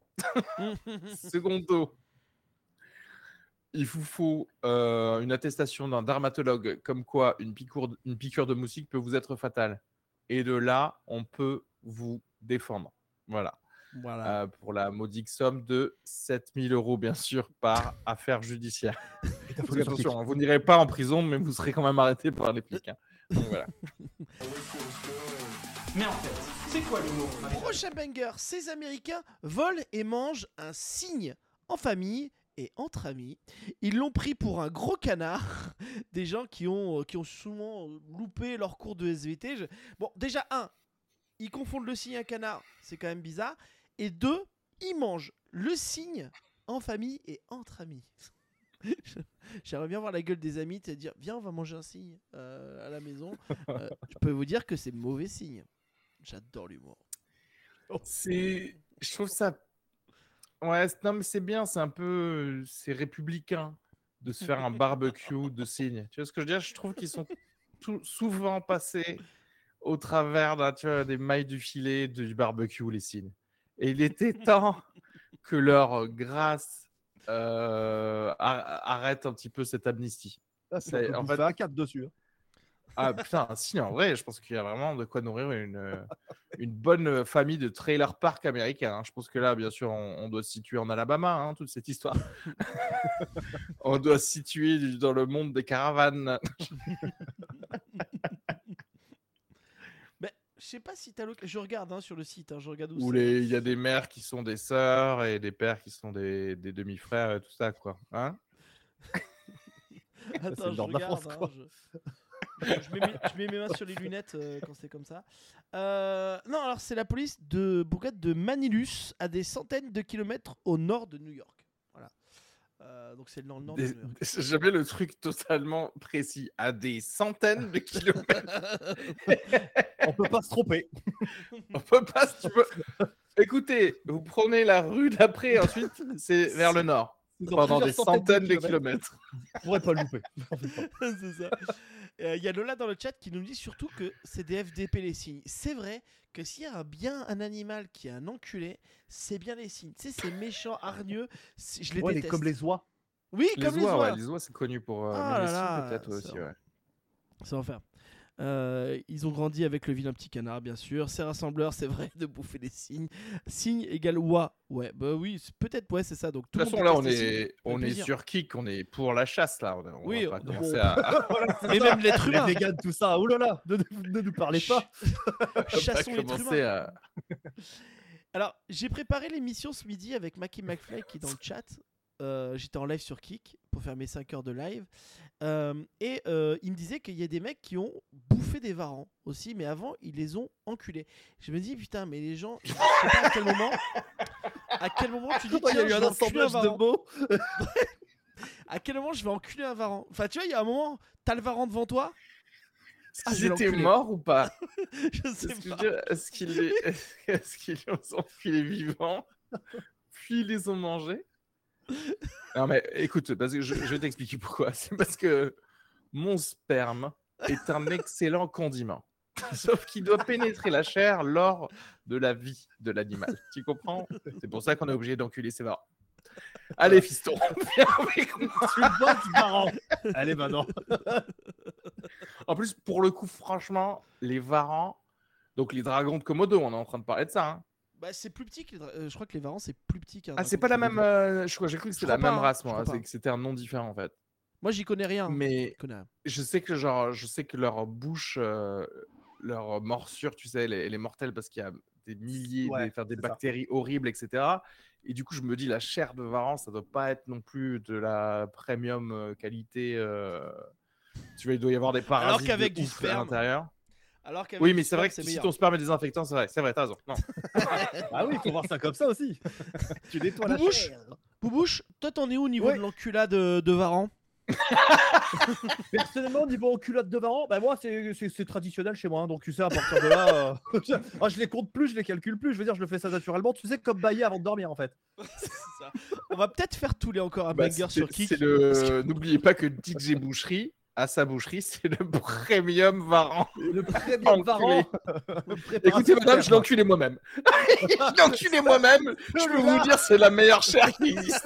Speaker 2: Secondo, il vous faut euh, une attestation d'un dermatologue comme quoi une piqûre, de- une piqûre de moustique peut vous être fatale. Et de là, on peut vous défendre. Voilà.
Speaker 3: Voilà.
Speaker 2: Euh, pour la modique somme de sept mille euros, bien sûr, par affaire judiciaire. Parce que, attention, hein, vous n'irez pas en prison, mais vous serez quand même arrêté par les flics. hein. Donc voilà.
Speaker 5: Mais en fait, c'est quoi l'humour, Marie-Jo?
Speaker 3: Prochain banger, ces Américains volent et mangent un cygne en famille et entre amis. Ils l'ont pris pour un gros canard. Des gens qui ont, qui ont souvent loupé leur cours de S V T. Je- Bon, déjà, un, ils confondent le cygne et un canard, c'est quand même bizarre. Et deux, ils mangent le cygne en famille et entre amis. J'aimerais bien voir la gueule des amis, te dire viens on va manger un cygne euh, à la maison. Euh, je peux vous dire que c'est mauvais signe. J'adore l'humour.
Speaker 2: C'est, je trouve ça, ouais, c'est- non mais c'est bien, c'est un peu, c'est républicain de se faire un barbecue de cygnes. Tu vois ce que je veux dire? Je trouve qu'ils sont tout- souvent passés au travers d'un- tu vois, des mailles du filet du barbecue, les cygnes. Et il était temps que leur grâce euh, ar- arrête un petit peu cette amnistie.
Speaker 4: Ah, c'est
Speaker 2: C'est-
Speaker 4: un
Speaker 2: en
Speaker 4: peu
Speaker 2: fait-
Speaker 4: à quatre dessus. hein.
Speaker 2: Ah putain, si, en vrai, je pense qu'il y a vraiment de quoi nourrir une, euh, une bonne famille de trailer park américains. hein. Je pense que là, bien sûr, on, on doit se situer en Alabama, hein, toute cette histoire. On doit se situer du- dans le monde des caravanes.
Speaker 3: Mais je sais pas si t'as l'occasion. Je regarde hein, sur le site, hein, je regarde où
Speaker 2: Où
Speaker 3: c'est.
Speaker 2: les- il y a des mères qui sont des sœurs et des pères qui sont des, des demi-frères et tout ça, quoi. Hein?
Speaker 3: Attends,
Speaker 4: c'est le
Speaker 3: je
Speaker 4: nord de la
Speaker 3: regarde.
Speaker 4: France,
Speaker 3: hein,
Speaker 4: quoi.
Speaker 3: je... je, mets mes, je mets mes mains sur les lunettes euh, quand c'est comme ça. Euh, non, alors c'est la police de bourgade de Manilus, à des centaines de kilomètres au nord de New York. Voilà. Euh, donc c'est dans le nord de
Speaker 2: Des-
Speaker 3: New York.
Speaker 2: J'avais le truc totalement précis, à des centaines de kilomètres.
Speaker 4: On peut pas se tromper.
Speaker 2: On peut pas, si tu veux. Écoutez, vous prenez la rue d'après, ensuite, c'est vers le nord.
Speaker 4: Ils ont
Speaker 2: Pendant des
Speaker 4: plusieurs
Speaker 2: centaines de
Speaker 4: kilomètres.
Speaker 2: kilomètres.
Speaker 4: On pourrait pas le louper.
Speaker 3: c'est ça. Euh, Il y a Lola dans le chat qui nous dit surtout que c'est des F D P les signes. C'est vrai que s'il y a un- bien un animal qui est un enculé, c'est bien les signes. Tu sais, c'est méchant, hargneux. c'est- Je les
Speaker 4: Ouais, les-
Speaker 3: déteste.
Speaker 4: comme les oies.
Speaker 3: Oui,
Speaker 2: Les
Speaker 3: comme les
Speaker 2: oies,
Speaker 3: oies.
Speaker 2: ouais, les oies, c'est connu pour. euh,
Speaker 3: Ah
Speaker 2: même
Speaker 3: là
Speaker 2: les
Speaker 3: là,
Speaker 2: cygnes, peut-être
Speaker 3: c'est
Speaker 2: aussi,
Speaker 3: vrai.
Speaker 2: ouais.
Speaker 3: C'est enfer. Euh, ils ont grandi avec le vilain petit canard, bien sûr. C'est rassembleur, c'est vrai, de bouffer des cygnes. Cygne égale oie. Ouais, bah oui, c'est- peut-être, ouais, c'est ça. Donc tout
Speaker 2: De
Speaker 3: le
Speaker 2: toute
Speaker 3: monde
Speaker 2: façon, là, on
Speaker 3: déteste les cygnes.
Speaker 2: est,
Speaker 3: Ça fait
Speaker 2: on est
Speaker 3: plaisir.
Speaker 2: sur Kik, on est pour la chasse, là. On, on
Speaker 3: Oui,
Speaker 2: va pas
Speaker 3: on-
Speaker 2: commencer
Speaker 3: bon.
Speaker 2: à, à-
Speaker 4: Voilà, c'est
Speaker 3: Mais
Speaker 4: ça.
Speaker 3: même l'être
Speaker 4: Les
Speaker 3: humain.
Speaker 4: véganes, tout ça. Oh là là, ne, ne- ne nous parlez pas.
Speaker 2: pas
Speaker 3: Chassons l'être
Speaker 2: commencer
Speaker 3: humain.
Speaker 2: à.
Speaker 3: Alors, j'ai préparé l'émission ce midi avec Mackie McFly qui est dans le chat. Euh, J'étais en live sur Kik pour faire mes cinq heures de live. Euh, et euh, il me disait qu'il y a des mecs qui ont bouffé des varans aussi, mais avant, ils les ont enculés. Je me dis, putain, mais les gens, je sais pas à quel moment, à quel moment tu dis,
Speaker 4: Il y
Speaker 3: tiens,
Speaker 4: a eu
Speaker 3: je
Speaker 4: un
Speaker 3: vais enculer un
Speaker 4: assemblage de
Speaker 3: varan.
Speaker 4: mots.
Speaker 3: À quel moment je vais enculer un varan. Enfin, tu vois, il y a un moment, t'as le varan devant toi.
Speaker 2: Est-ce
Speaker 3: Ah, je
Speaker 2: qu'ils
Speaker 3: vais
Speaker 2: étaient
Speaker 3: l'enculer.
Speaker 2: morts ou pas?
Speaker 3: Je sais
Speaker 2: Est-ce que je veux
Speaker 3: pas.
Speaker 2: dire, est-ce qu'ils les... est-ce qu'ils les ont enfilés vivants, puis ils les ont mangés? Non mais écoute, parce que je, je vais t'expliquer pourquoi. C'est parce que mon sperme est un excellent condiment. Sauf qu'il doit pénétrer la chair lors de la vie de l'animal. Tu comprends? C'est pour ça qu'on est obligé d'enculer ses varans. Allez, fiston, viens avec moi.
Speaker 4: Tu bosses, varan. Allez, maintenant.
Speaker 2: En plus, pour le coup, franchement, les varans, donc les dragons de Komodo, on est en train de parler de ça. Hein.
Speaker 3: Bah, c'est plus petit que les dra- euh, je crois que les varans, c'est plus petit qu'un
Speaker 2: Ah, c'est
Speaker 3: dragon
Speaker 2: pas
Speaker 3: de
Speaker 2: la
Speaker 3: Komodo.
Speaker 2: même. euh, je crois, j'ai cru que
Speaker 3: Je
Speaker 2: c'était la
Speaker 3: crois
Speaker 2: même
Speaker 3: pas, hein.
Speaker 2: race,
Speaker 3: Je
Speaker 2: moi.
Speaker 3: crois
Speaker 2: C'est
Speaker 3: pas.
Speaker 2: que c'était un nom différent en fait.
Speaker 3: Moi, j'y connais rien.
Speaker 2: Mais
Speaker 3: Je connais rien.
Speaker 2: je sais que genre, je sais que leur bouche, euh, leur morsure, tu sais, elle est, elle est mortelle parce qu'il y a des milliers,
Speaker 4: Ouais,
Speaker 2: des, enfin, des
Speaker 4: c'est ça.
Speaker 2: bactéries horribles, et cetera. Et du coup, je me dis, la chair de varan, ça doit pas être non plus de la premium euh, qualité. euh, Tu vois, il doit y avoir des
Speaker 3: Alors
Speaker 2: parasites
Speaker 3: qu'avec
Speaker 2: de
Speaker 3: du
Speaker 2: ouf à
Speaker 3: sperme,
Speaker 2: l'intérieur.
Speaker 3: alors qu'avec
Speaker 2: Oui,
Speaker 3: du
Speaker 2: mais c'est vrai
Speaker 3: sperme,
Speaker 2: que
Speaker 3: c'est
Speaker 2: si
Speaker 3: meilleur.
Speaker 2: ton sperme est désinfectant, c'est vrai, c'est vrai, t'as raison. Non.
Speaker 4: Ah oui, il faut voir ça comme ça aussi. Tu nettoies la
Speaker 3: Boubouche.
Speaker 4: chair.
Speaker 3: Boubouche, toi, t'en es où au niveau
Speaker 4: Ouais.
Speaker 3: de l'enculade de, de varan?
Speaker 4: Personnellement, niveau culotte de varan, bah moi c'est- c'est c'est traditionnel chez moi, hein, donc tu sais à partir de là, euh, je, ah, je les compte plus, je les calcule plus, je veux dire je le fais ça naturellement, tu sais comme bailler avant de dormir en fait.
Speaker 3: C'est ça. On va peut-être faire tous les encore un
Speaker 2: Bah,
Speaker 3: banger
Speaker 2: c'est-
Speaker 3: sur Kik.
Speaker 2: c'est
Speaker 3: parce
Speaker 2: le. N'oubliez pas que D J Boucherie, à sa boucherie, c'est le premium varan.
Speaker 4: Le premium
Speaker 2: Enculé.
Speaker 4: varan.
Speaker 2: Écoutez, madame, je l'ai enculé moi-même. Je l'ai enculé moi-même. Je peux vous dire, c'est la meilleure chair qui existe.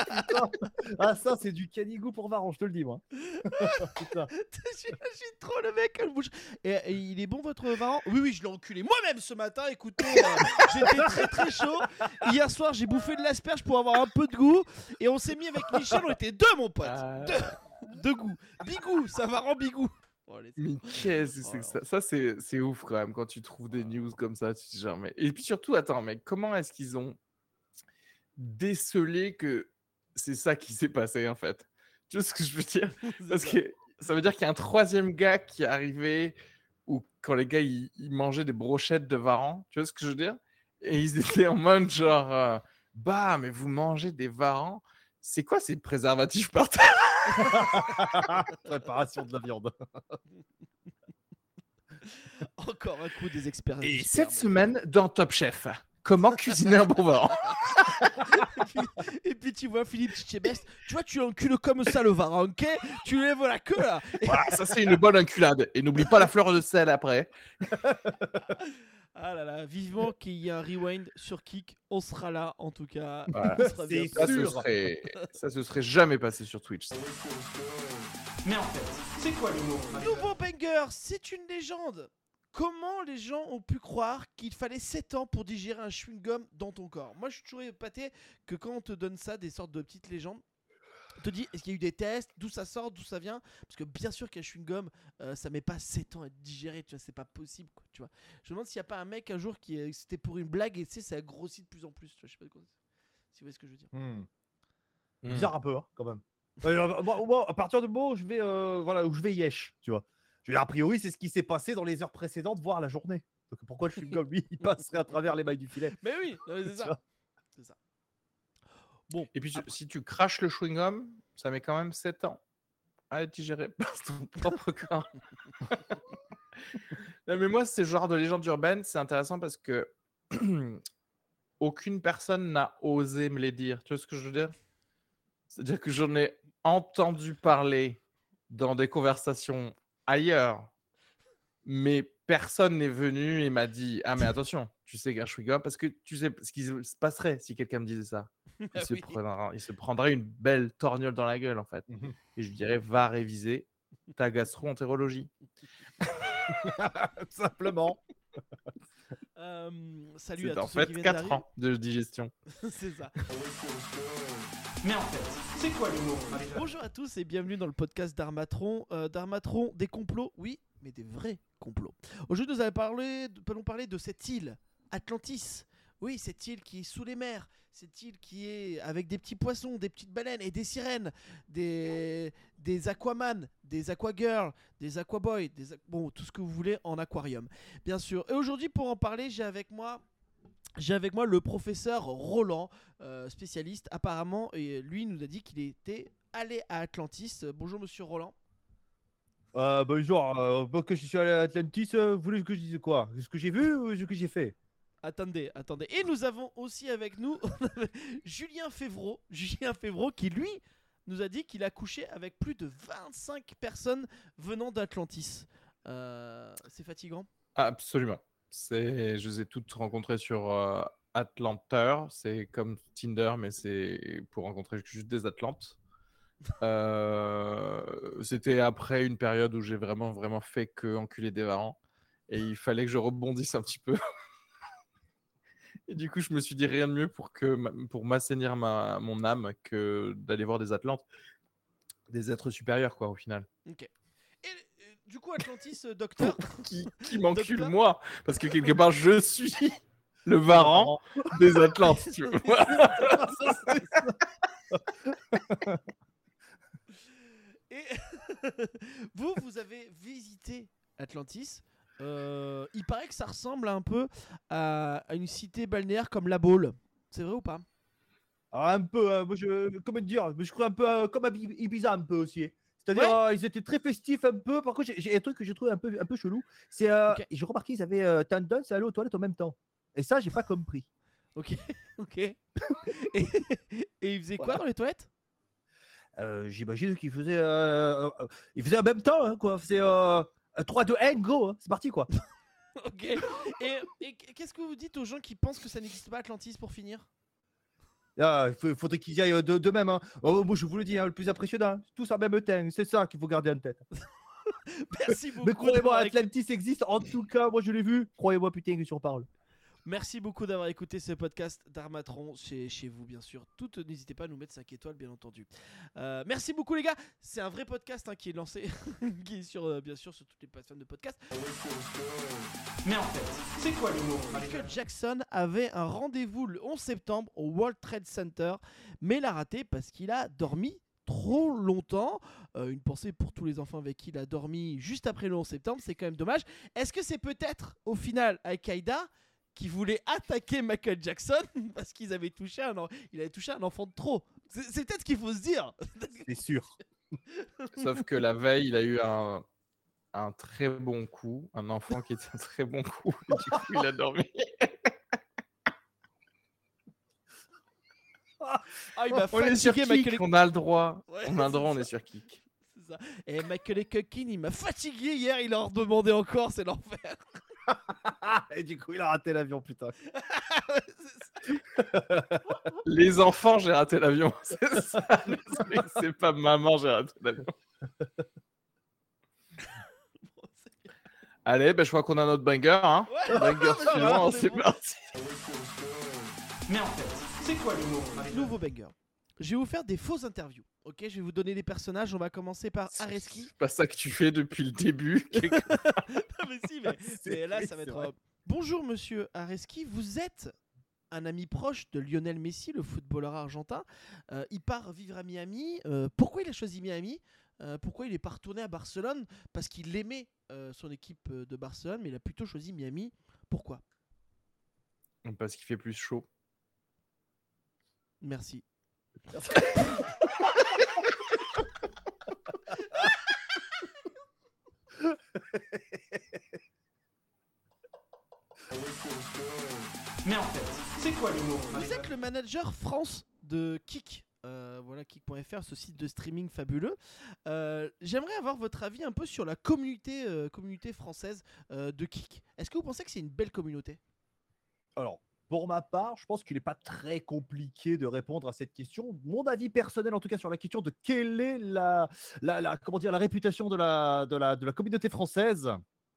Speaker 4: Ah ça c'est du canigou pour varan, je te le dis moi. Putain.
Speaker 3: J'imagine trop le mec à la bouche. Et, et il est bon votre varan? Oui, oui, je l'ai enculé moi-même ce matin. Écoutez, euh, j'étais très très chaud. Hier soir, j'ai bouffé de l'asperge pour avoir un peu de goût. Et on s'est mis avec Michel, on était deux, mon pote.
Speaker 2: Ah.
Speaker 3: Deux. Deux goûts. Bigou, ça va rend bigou. Bon, allez, c'est-
Speaker 2: Mais qu'est-ce que c'est que ça? Ça, c'est c'est ouf quand même quand tu trouves des news comme ça. Tu te dis genre, mais... Et puis surtout, attends, mais comment est-ce qu'ils ont décelé que c'est ça qui s'est passé en fait? Tu vois ce que je veux dire? Parce que ça veut dire qu'il y a un troisième gars qui est arrivé ou quand les gars ils, ils mangeaient des brochettes de varan, tu vois ce que je veux dire? Et ils étaient en mode genre, euh, bah, mais vous mangez des varans, c'est quoi ces préservatifs par terre?
Speaker 4: Préparation de la viande.
Speaker 3: Encore un coup des experts.
Speaker 2: Et
Speaker 3: du
Speaker 2: cette
Speaker 3: sperme.
Speaker 2: semaine, dans Top Chef, comment cuisiner un bon varan?
Speaker 3: et, puis, et puis tu vois Philippe Tchébest, tu vois, tu encules comme ça le varan, ok? Tu lèves la queue là. Et-
Speaker 2: Voilà, ça c'est une bonne enculade. Et n'oublie pas la fleur de sel après.
Speaker 3: Ah là là, vivement qu'il y ait un rewind sur Kik, on sera là en tout cas.
Speaker 2: Voilà.
Speaker 3: On sera bien
Speaker 4: C'est
Speaker 2: Ça, ce
Speaker 4: sûr.
Speaker 2: serait... ça se serait jamais passé sur Twitch.
Speaker 5: Mais en fait, c'est quoi l'humour
Speaker 3: Nouveau banger, c'est une légende. Comment les gens ont pu croire qu'il fallait sept ans pour digérer un chewing-gum dans ton corps? Moi, je suis toujours épaté que quand on te donne ça, des sortes de petites légendes, on te dit, est-ce qu'il y a eu des tests, d'où ça sort, d'où ça vient? Parce que bien sûr qu'un chewing-gum, euh, ça met pas sept ans à être digéré, tu vois, c'est pas possible, quoi, tu vois. Je me demande s'il n'y a pas un mec un jour qui, euh, c'était pour une blague et tu sais, ça a grossi de plus en plus, tu vois, je sais pas quoi, si vous voyez ce que je veux dire.
Speaker 4: Hmm.
Speaker 2: Hmm.
Speaker 4: Bizarre un peu hein, quand même. Euh, moi, moi, à partir de bon, je vais euh, voilà où je vais yesh, tu vois. Je veux dire, a priori, c'est ce qui s'est passé dans les heures précédentes, voire la journée. Donc pourquoi le chewing-gum lui, il passerait à travers les mailles du filet?
Speaker 3: Mais oui, non, mais c'est
Speaker 4: Tu
Speaker 3: ça.
Speaker 4: vois.
Speaker 3: C'est ça. Bon,
Speaker 2: Et puis, tu- si tu craches le chewing-gum, ça met quand même sept ans à être digéré par ton propre corps. Non, mais moi, ce genre de légende urbaine, c'est intéressant parce que aucune personne n'a osé me les dire. Tu vois ce que je veux dire? C'est-à-dire que j'en ai entendu parler dans des conversations ailleurs. Mais personne n'est venu et m'a dit « Ah mais attention, tu sais Gershwin, parce que tu sais ce qui se passerait si quelqu'un me disait ça. Il,
Speaker 3: Ah
Speaker 2: se
Speaker 3: oui.
Speaker 2: prendra, il se prendrait une belle torgnole dans la gueule en fait.
Speaker 4: Mhm.
Speaker 2: Et je lui dirais va réviser ta gastro-entérologie. »
Speaker 4: Simplement.
Speaker 3: Euh, salut
Speaker 2: C'est
Speaker 3: à
Speaker 2: en
Speaker 3: tous ceux qui
Speaker 2: fait
Speaker 3: viennent
Speaker 2: quatre
Speaker 3: d'arriver.
Speaker 2: ans de digestion.
Speaker 3: C'est ça.
Speaker 5: Mais en fait, c'est quoi l'humour, Marie-Jo?
Speaker 3: Bonjour à tous et bienvenue dans le podcast d'Armatron. Euh, D'Armatron, des complots, oui, mais des vrais complots. Aujourd'hui, nous allons parler, allons parler de cette île, Atlantis. Oui, cette île qui est sous les mers, cette île qui est avec des petits poissons, des petites baleines et des sirènes, des, des aquaman, des aquagirls, des aquaboys, des, bon, tout ce que vous voulez en aquarium, bien sûr. Et aujourd'hui, pour en parler, j'ai avec moi... J'ai avec moi le professeur Roland, euh, spécialiste apparemment, et lui nous a dit qu'il était allé à Atlantis. Euh, bonjour monsieur Roland.
Speaker 4: Euh, bonjour, euh, moi que je suis allé à Atlantis, euh, vous voulez que je dise quoi? Ce que j'ai vu ou ce que j'ai fait?
Speaker 3: Attendez, attendez. Et nous avons aussi avec nous Julien Févreau, Julien Févreau qui lui nous a dit qu'il a couché avec plus de vingt-cinq personnes venant d'Atlantis. Euh, c'est fatigant?
Speaker 2: Absolument. C'est, je les ai toutes rencontrées sur euh, Atlanteur. C'est comme Tinder, mais c'est pour rencontrer juste des Atlantes. Euh, c'était après une période où j'ai vraiment, vraiment fait que enculer des varans. Et il fallait que je rebondisse un petit peu. Et du coup, je me suis dit rien de mieux pour, que, ma- pour m'assainir ma, mon âme que d'aller voir des Atlantes. Des êtres supérieurs, quoi, au final.
Speaker 3: Ok. Et euh, du coup Atlantis, euh, docteur.
Speaker 2: Qui, qui m'encule,
Speaker 3: Docteur
Speaker 2: moi. Parce que quelque part, je suis le varan des Atlantes, tu vois.
Speaker 3: Et vous, vous avez visité Atlantis. Euh, il paraît que ça ressemble un peu à, à une cité balnéaire comme La Baule. C'est vrai ou pas?
Speaker 4: Ah, un peu, hein, moi je, comment dire, je crois un peu euh, comme à Bi- Ibiza un peu aussi. C'est-à-dire,
Speaker 3: Ouais.
Speaker 4: euh, ils étaient très festifs un peu. Par contre, j'ai- j'ai un truc que j'ai trouvé un peu, un peu chelou. C'est, euh,
Speaker 3: Ok.
Speaker 4: j'ai remarqué qu'ils avaient euh, tendance à aller aux toilettes en même temps. Et ça, j'ai pas compris.
Speaker 3: Ok, ok. Et, et il faisait quoi dans les toilettes?
Speaker 4: Euh, j'imagine qu'ils faisaient, euh, euh, ils faisaient en même temps, hein, quoi. C'est euh, trois, deux, un, go. Hein. C'est parti, quoi.
Speaker 3: Ok. Et, et qu'est-ce que vous dites aux gens qui pensent que ça n'existe pas Atlantis pour finir?
Speaker 4: Ah, il faut- faudrait qu'ils y aillent de, de même. Hein. Oh, moi, je vous le dis, hein, le plus impressionnant, tous en même temps. C'est ça qu'il faut garder en tête.
Speaker 3: Merci beaucoup.
Speaker 4: Mais croyez-moi,
Speaker 3: d'avoir écouté-
Speaker 4: Atlantis existe. En tout cas, moi, je l'ai vu. Croyez-moi, putain, que je reparle.
Speaker 3: Merci beaucoup d'avoir écouté ce podcast d'Armatron chez, chez vous, bien sûr. Toutes, n'hésitez pas à nous mettre cinq étoiles, bien entendu. Euh, merci beaucoup, les gars. C'est un vrai podcast hein, qui est lancé, qui est sur, euh, bien sûr, sur toutes les plateformes de podcast.
Speaker 5: Mais en fait, c'est quoi l'humour, Marie-Jo?
Speaker 3: Michael Jackson avait un rendez-vous le onze septembre au World Trade Center, mais l'a raté parce qu'il a dormi trop longtemps. Euh, une pensée pour tous les enfants avec qui il a dormi juste après le onze septembre, c'est quand même dommage. Est-ce que c'est peut-être au final Al-Qaïda qui voulait attaquer Michael Jackson parce qu'ils avaient touché un, en- il avait touché un enfant de trop? C'est, c'est peut-être ce qu'il faut se dire.
Speaker 4: C'est sûr.
Speaker 2: Sauf que la veille, il a eu un, un très bon coup, un enfant qui était un très bon coup. Et du coup, il a dormi.
Speaker 3: Ah, il m'a
Speaker 2: On est sur
Speaker 3: fatigué,
Speaker 2: Kik,
Speaker 3: Michael.
Speaker 2: on a le droit.
Speaker 3: Ouais,
Speaker 2: on a le droit,
Speaker 3: c'est
Speaker 2: on est
Speaker 3: ça.
Speaker 2: sur Kik.
Speaker 3: C'est ça. Et Michael Culkin, il m'a fatigué hier, il a redemandé encore, c'est l'enfer.
Speaker 4: Et du coup, il a raté l'avion, putain.
Speaker 3: C'est ça.
Speaker 2: Les enfants, j'ai raté l'avion. C'est ça. C'est- C'est pas maman, j'ai raté l'avion. Allez, ben, je crois qu'on a notre banger. Hein.
Speaker 3: Ouais.
Speaker 2: Banger
Speaker 3: Ça va,
Speaker 2: suivant,
Speaker 3: on est
Speaker 2: c'est
Speaker 3: bon.
Speaker 2: parti.
Speaker 5: Mais en fait, c'est quoi l'humour, Marie-Jo?
Speaker 3: Nouveau banger. Je vais vous faire des fausses interviews. Ok, je vais vous donner des personnages. On va commencer par Areski.
Speaker 2: C'est pas ça que tu fais depuis le début.
Speaker 3: Non, mais si, mais,
Speaker 4: C'est-
Speaker 3: mais là,
Speaker 4: oui,
Speaker 3: ça va
Speaker 4: c'est
Speaker 3: être.
Speaker 4: vrai.
Speaker 3: euh, Bonjour, monsieur Areski. Vous êtes un ami proche de Lionel Messi, le footballeur argentin. Euh, il part vivre à Miami. Euh, pourquoi il a choisi Miami? Euh, Pourquoi il est pas retourné à Barcelone? Parce qu'il aimait euh, son équipe euh, de Barcelone, mais il a plutôt choisi Miami. Pourquoi?
Speaker 2: Parce qu'il fait plus chaud.
Speaker 3: Merci.
Speaker 5: Mais en fait, c'est quoi l'humour,
Speaker 3: Vous
Speaker 5: Marie-Jo?
Speaker 3: êtes le manager France de Kik. Euh, voilà, kick point f r, ce site de streaming fabuleux. Euh, j'aimerais avoir votre avis un peu sur la communauté, euh, communauté française euh, de Kick. Est-ce que vous pensez que c'est une belle communauté ?
Speaker 4: Alors, pour ma part, je pense qu'il n'est pas très compliqué de répondre à cette question. Mon avis personnel, en tout cas, sur la question de quelle est la, la, la, comment dire, la réputation de la, de, la, de la communauté française.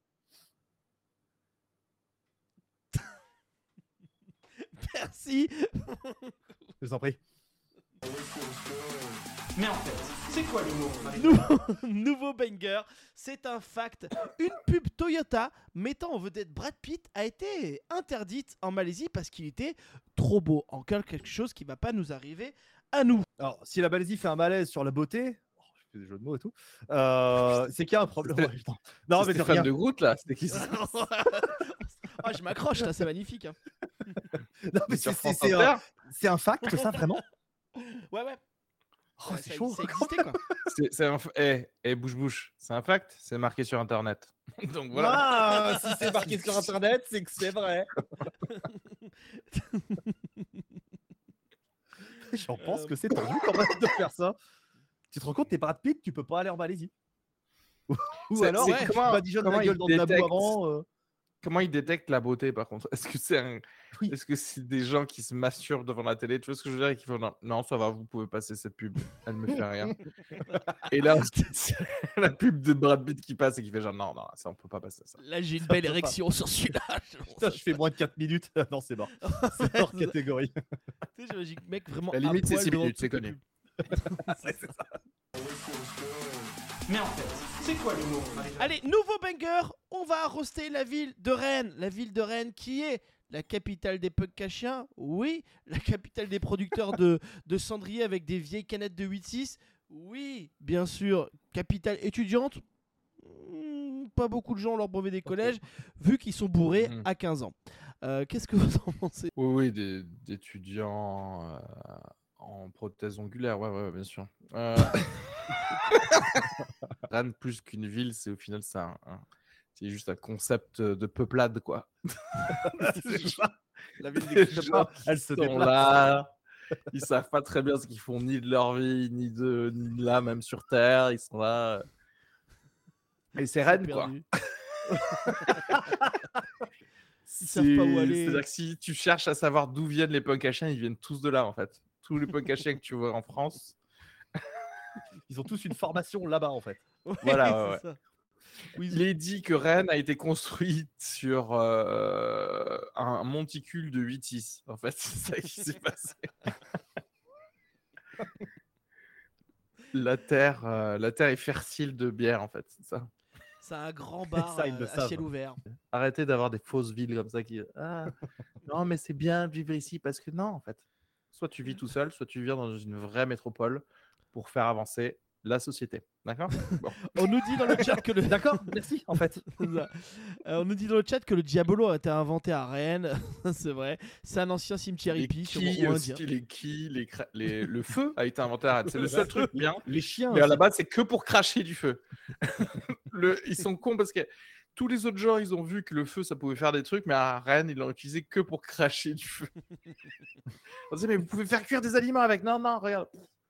Speaker 3: Merci.
Speaker 4: Je vous en prie.
Speaker 5: Mais en fait, c'est quoi l'humour, Marie-Jo ?
Speaker 3: Nouveau, nouveau banger, c'est un fact. Une pub Toyota mettant en vedette Brad Pitt a été interdite en Malaisie parce qu'il était trop beau. Encore quelque chose qui va pas nous arriver à nous.
Speaker 4: Alors, si la Malaisie fait un malaise sur la beauté, oh, je fais des jeux de mots et tout, euh, c'est qu'il y a un problème.
Speaker 1: C'était-
Speaker 4: Ouais, putain. non, mais
Speaker 1: C'était
Speaker 4: de
Speaker 1: fan
Speaker 4: rien.
Speaker 1: de Groot là. C'était qui ça
Speaker 3: Ah, je m'accroche, là, c'est magnifique. hein.
Speaker 4: Non, mais
Speaker 1: Sur
Speaker 4: c'est,
Speaker 1: France
Speaker 4: c'est, c'est,
Speaker 1: Inter
Speaker 4: un, c'est un fact, ça, vraiment.
Speaker 3: Ouais, ouais.
Speaker 4: Oh,
Speaker 3: Ouais,
Speaker 4: c'est
Speaker 3: ça,
Speaker 4: chaud.
Speaker 3: ça existait, quoi.
Speaker 1: C'est c'est un. f- Eh, eh, bouche bouche. C'est un fact. C'est marqué sur internet. Donc voilà.
Speaker 4: Ah, si c'est marqué sur Internet, c'est que c'est vrai. J'en pense que c'est tendu quand même de faire ça. Tu te rends compte, t'es Brad Pitt, tu peux pas aller en Malaisie. Ou
Speaker 1: C'est-
Speaker 4: alors,
Speaker 1: c'est
Speaker 4: ouais,
Speaker 1: comment-
Speaker 4: tu badigeonnes
Speaker 1: comment
Speaker 4: la gueule
Speaker 1: ils
Speaker 4: dans le Naboo
Speaker 1: détectent-
Speaker 4: avant. euh.
Speaker 1: Comment ils détectent la beauté par contre? Est-ce que c'est un...
Speaker 4: Oui.
Speaker 1: Est-ce que c'est des gens qui se masturbent devant la télé? Tu vois ce que je veux dire? Et qui font non, non, ça va, vous pouvez passer cette pub, elle me fait rien. Et là, c'est la pub de Brad Pitt qui passe et qui fait genre non, non, ça on peut pas passer ça.
Speaker 3: Là, j'ai une
Speaker 4: Ça
Speaker 3: belle
Speaker 4: peut pas.
Speaker 3: érection sur celui-là.
Speaker 4: Putain, je fais moins de quatre minutes. non, c'est mort. C'est hors catégorie.
Speaker 3: Tu sais, j'imagine le mec vraiment
Speaker 1: La
Speaker 3: à
Speaker 1: limite, c'est
Speaker 3: poil
Speaker 1: six
Speaker 3: devant
Speaker 1: minutes, c'est
Speaker 3: toute la
Speaker 1: connu.
Speaker 3: pub.
Speaker 4: Ouais, c'est ça.
Speaker 5: Mais en fait, c'est quoi l'humour, Marie-Jo ?
Speaker 3: Allez, nouveau banger, on va roaster la ville de Rennes. La ville de Rennes qui est la capitale des punks à chiens, oui. La capitale des producteurs de, de cendriers avec des vieilles canettes de huit six, oui. Bien sûr, capitale étudiante, hmm, pas beaucoup de gens ont leur brevet des collèges, vu qu'ils sont bourrés
Speaker 1: Mhm.
Speaker 3: à quinze ans. Euh, Qu'est-ce que vous en pensez ?
Speaker 1: Oui, oui, des- d'étudiants euh, en prothèse ongulaire, ouais, ouais, bien sûr. Euh... Rennes, plus qu'une ville, c'est au final ça. un- un- C'est juste un concept de peuplade, quoi.
Speaker 4: C'est ça. La ville
Speaker 1: Les
Speaker 4: n'existe
Speaker 1: gens
Speaker 4: pas, elle se
Speaker 1: sont
Speaker 4: déplace.
Speaker 1: là, ils savent pas très bien ce qu'ils font ni de leur vie, ni de, ni de là, même sur Terre. Ils sont là. Et c'est Rennes, quoi.
Speaker 3: Perdu.
Speaker 1: C'est-
Speaker 3: savent pas où aller.
Speaker 1: C'est-à-dire que si tu cherches à savoir d'où viennent les punks à chiens, ils viennent tous de là, en fait. Tous les punks à chiens que tu vois en France.
Speaker 4: Ils ont tous une formation là-bas, en fait.
Speaker 3: Ouais,
Speaker 1: Voilà,
Speaker 3: c'est
Speaker 1: ouais, ouais.
Speaker 3: ça. Oui,
Speaker 1: Il est dit que Rennes a été construite sur euh, un monticule de huit six. En fait, c'est ça qui s'est passé. La terre, euh, la terre est fertile de bière, en fait, c'est ça.
Speaker 3: c'est un grand bar
Speaker 4: Ça, ils le
Speaker 3: euh, à
Speaker 4: savent.
Speaker 3: ciel ouvert.
Speaker 1: Arrêtez d'avoir des fausses villes comme ça qui. Ah, non, mais c'est bien de vivre ici parce que non, en fait. Soit tu vis tout seul, soit tu vis dans une vraie métropole pour faire avancer la société. D'accord? Bon.
Speaker 3: On nous dit dans le chat que le
Speaker 4: D'accord, merci, en fait.
Speaker 3: C'est ça. Euh, on nous dit dans le chat que le Diabolo a été inventé à Rennes. C'est vrai. C'est un ancien cimetière
Speaker 1: Les
Speaker 3: hippie, sûrement
Speaker 1: quilles
Speaker 3: ou
Speaker 1: aussi,
Speaker 3: indien.
Speaker 1: les quilles, les cra- les- le feu a été inventé à Rennes. C'est le seul truc bien.
Speaker 4: Les chiens.
Speaker 1: Mais à
Speaker 4: aussi.
Speaker 1: la base, c'est que pour cracher du feu. Le- ils sont cons parce que tous les autres gens, ils ont vu que le feu, ça pouvait faire des trucs, mais à Rennes, ils l'ont utilisé que pour cracher du feu. On disait, mais vous pouvez faire cuire des aliments avec. Non, non, regarde.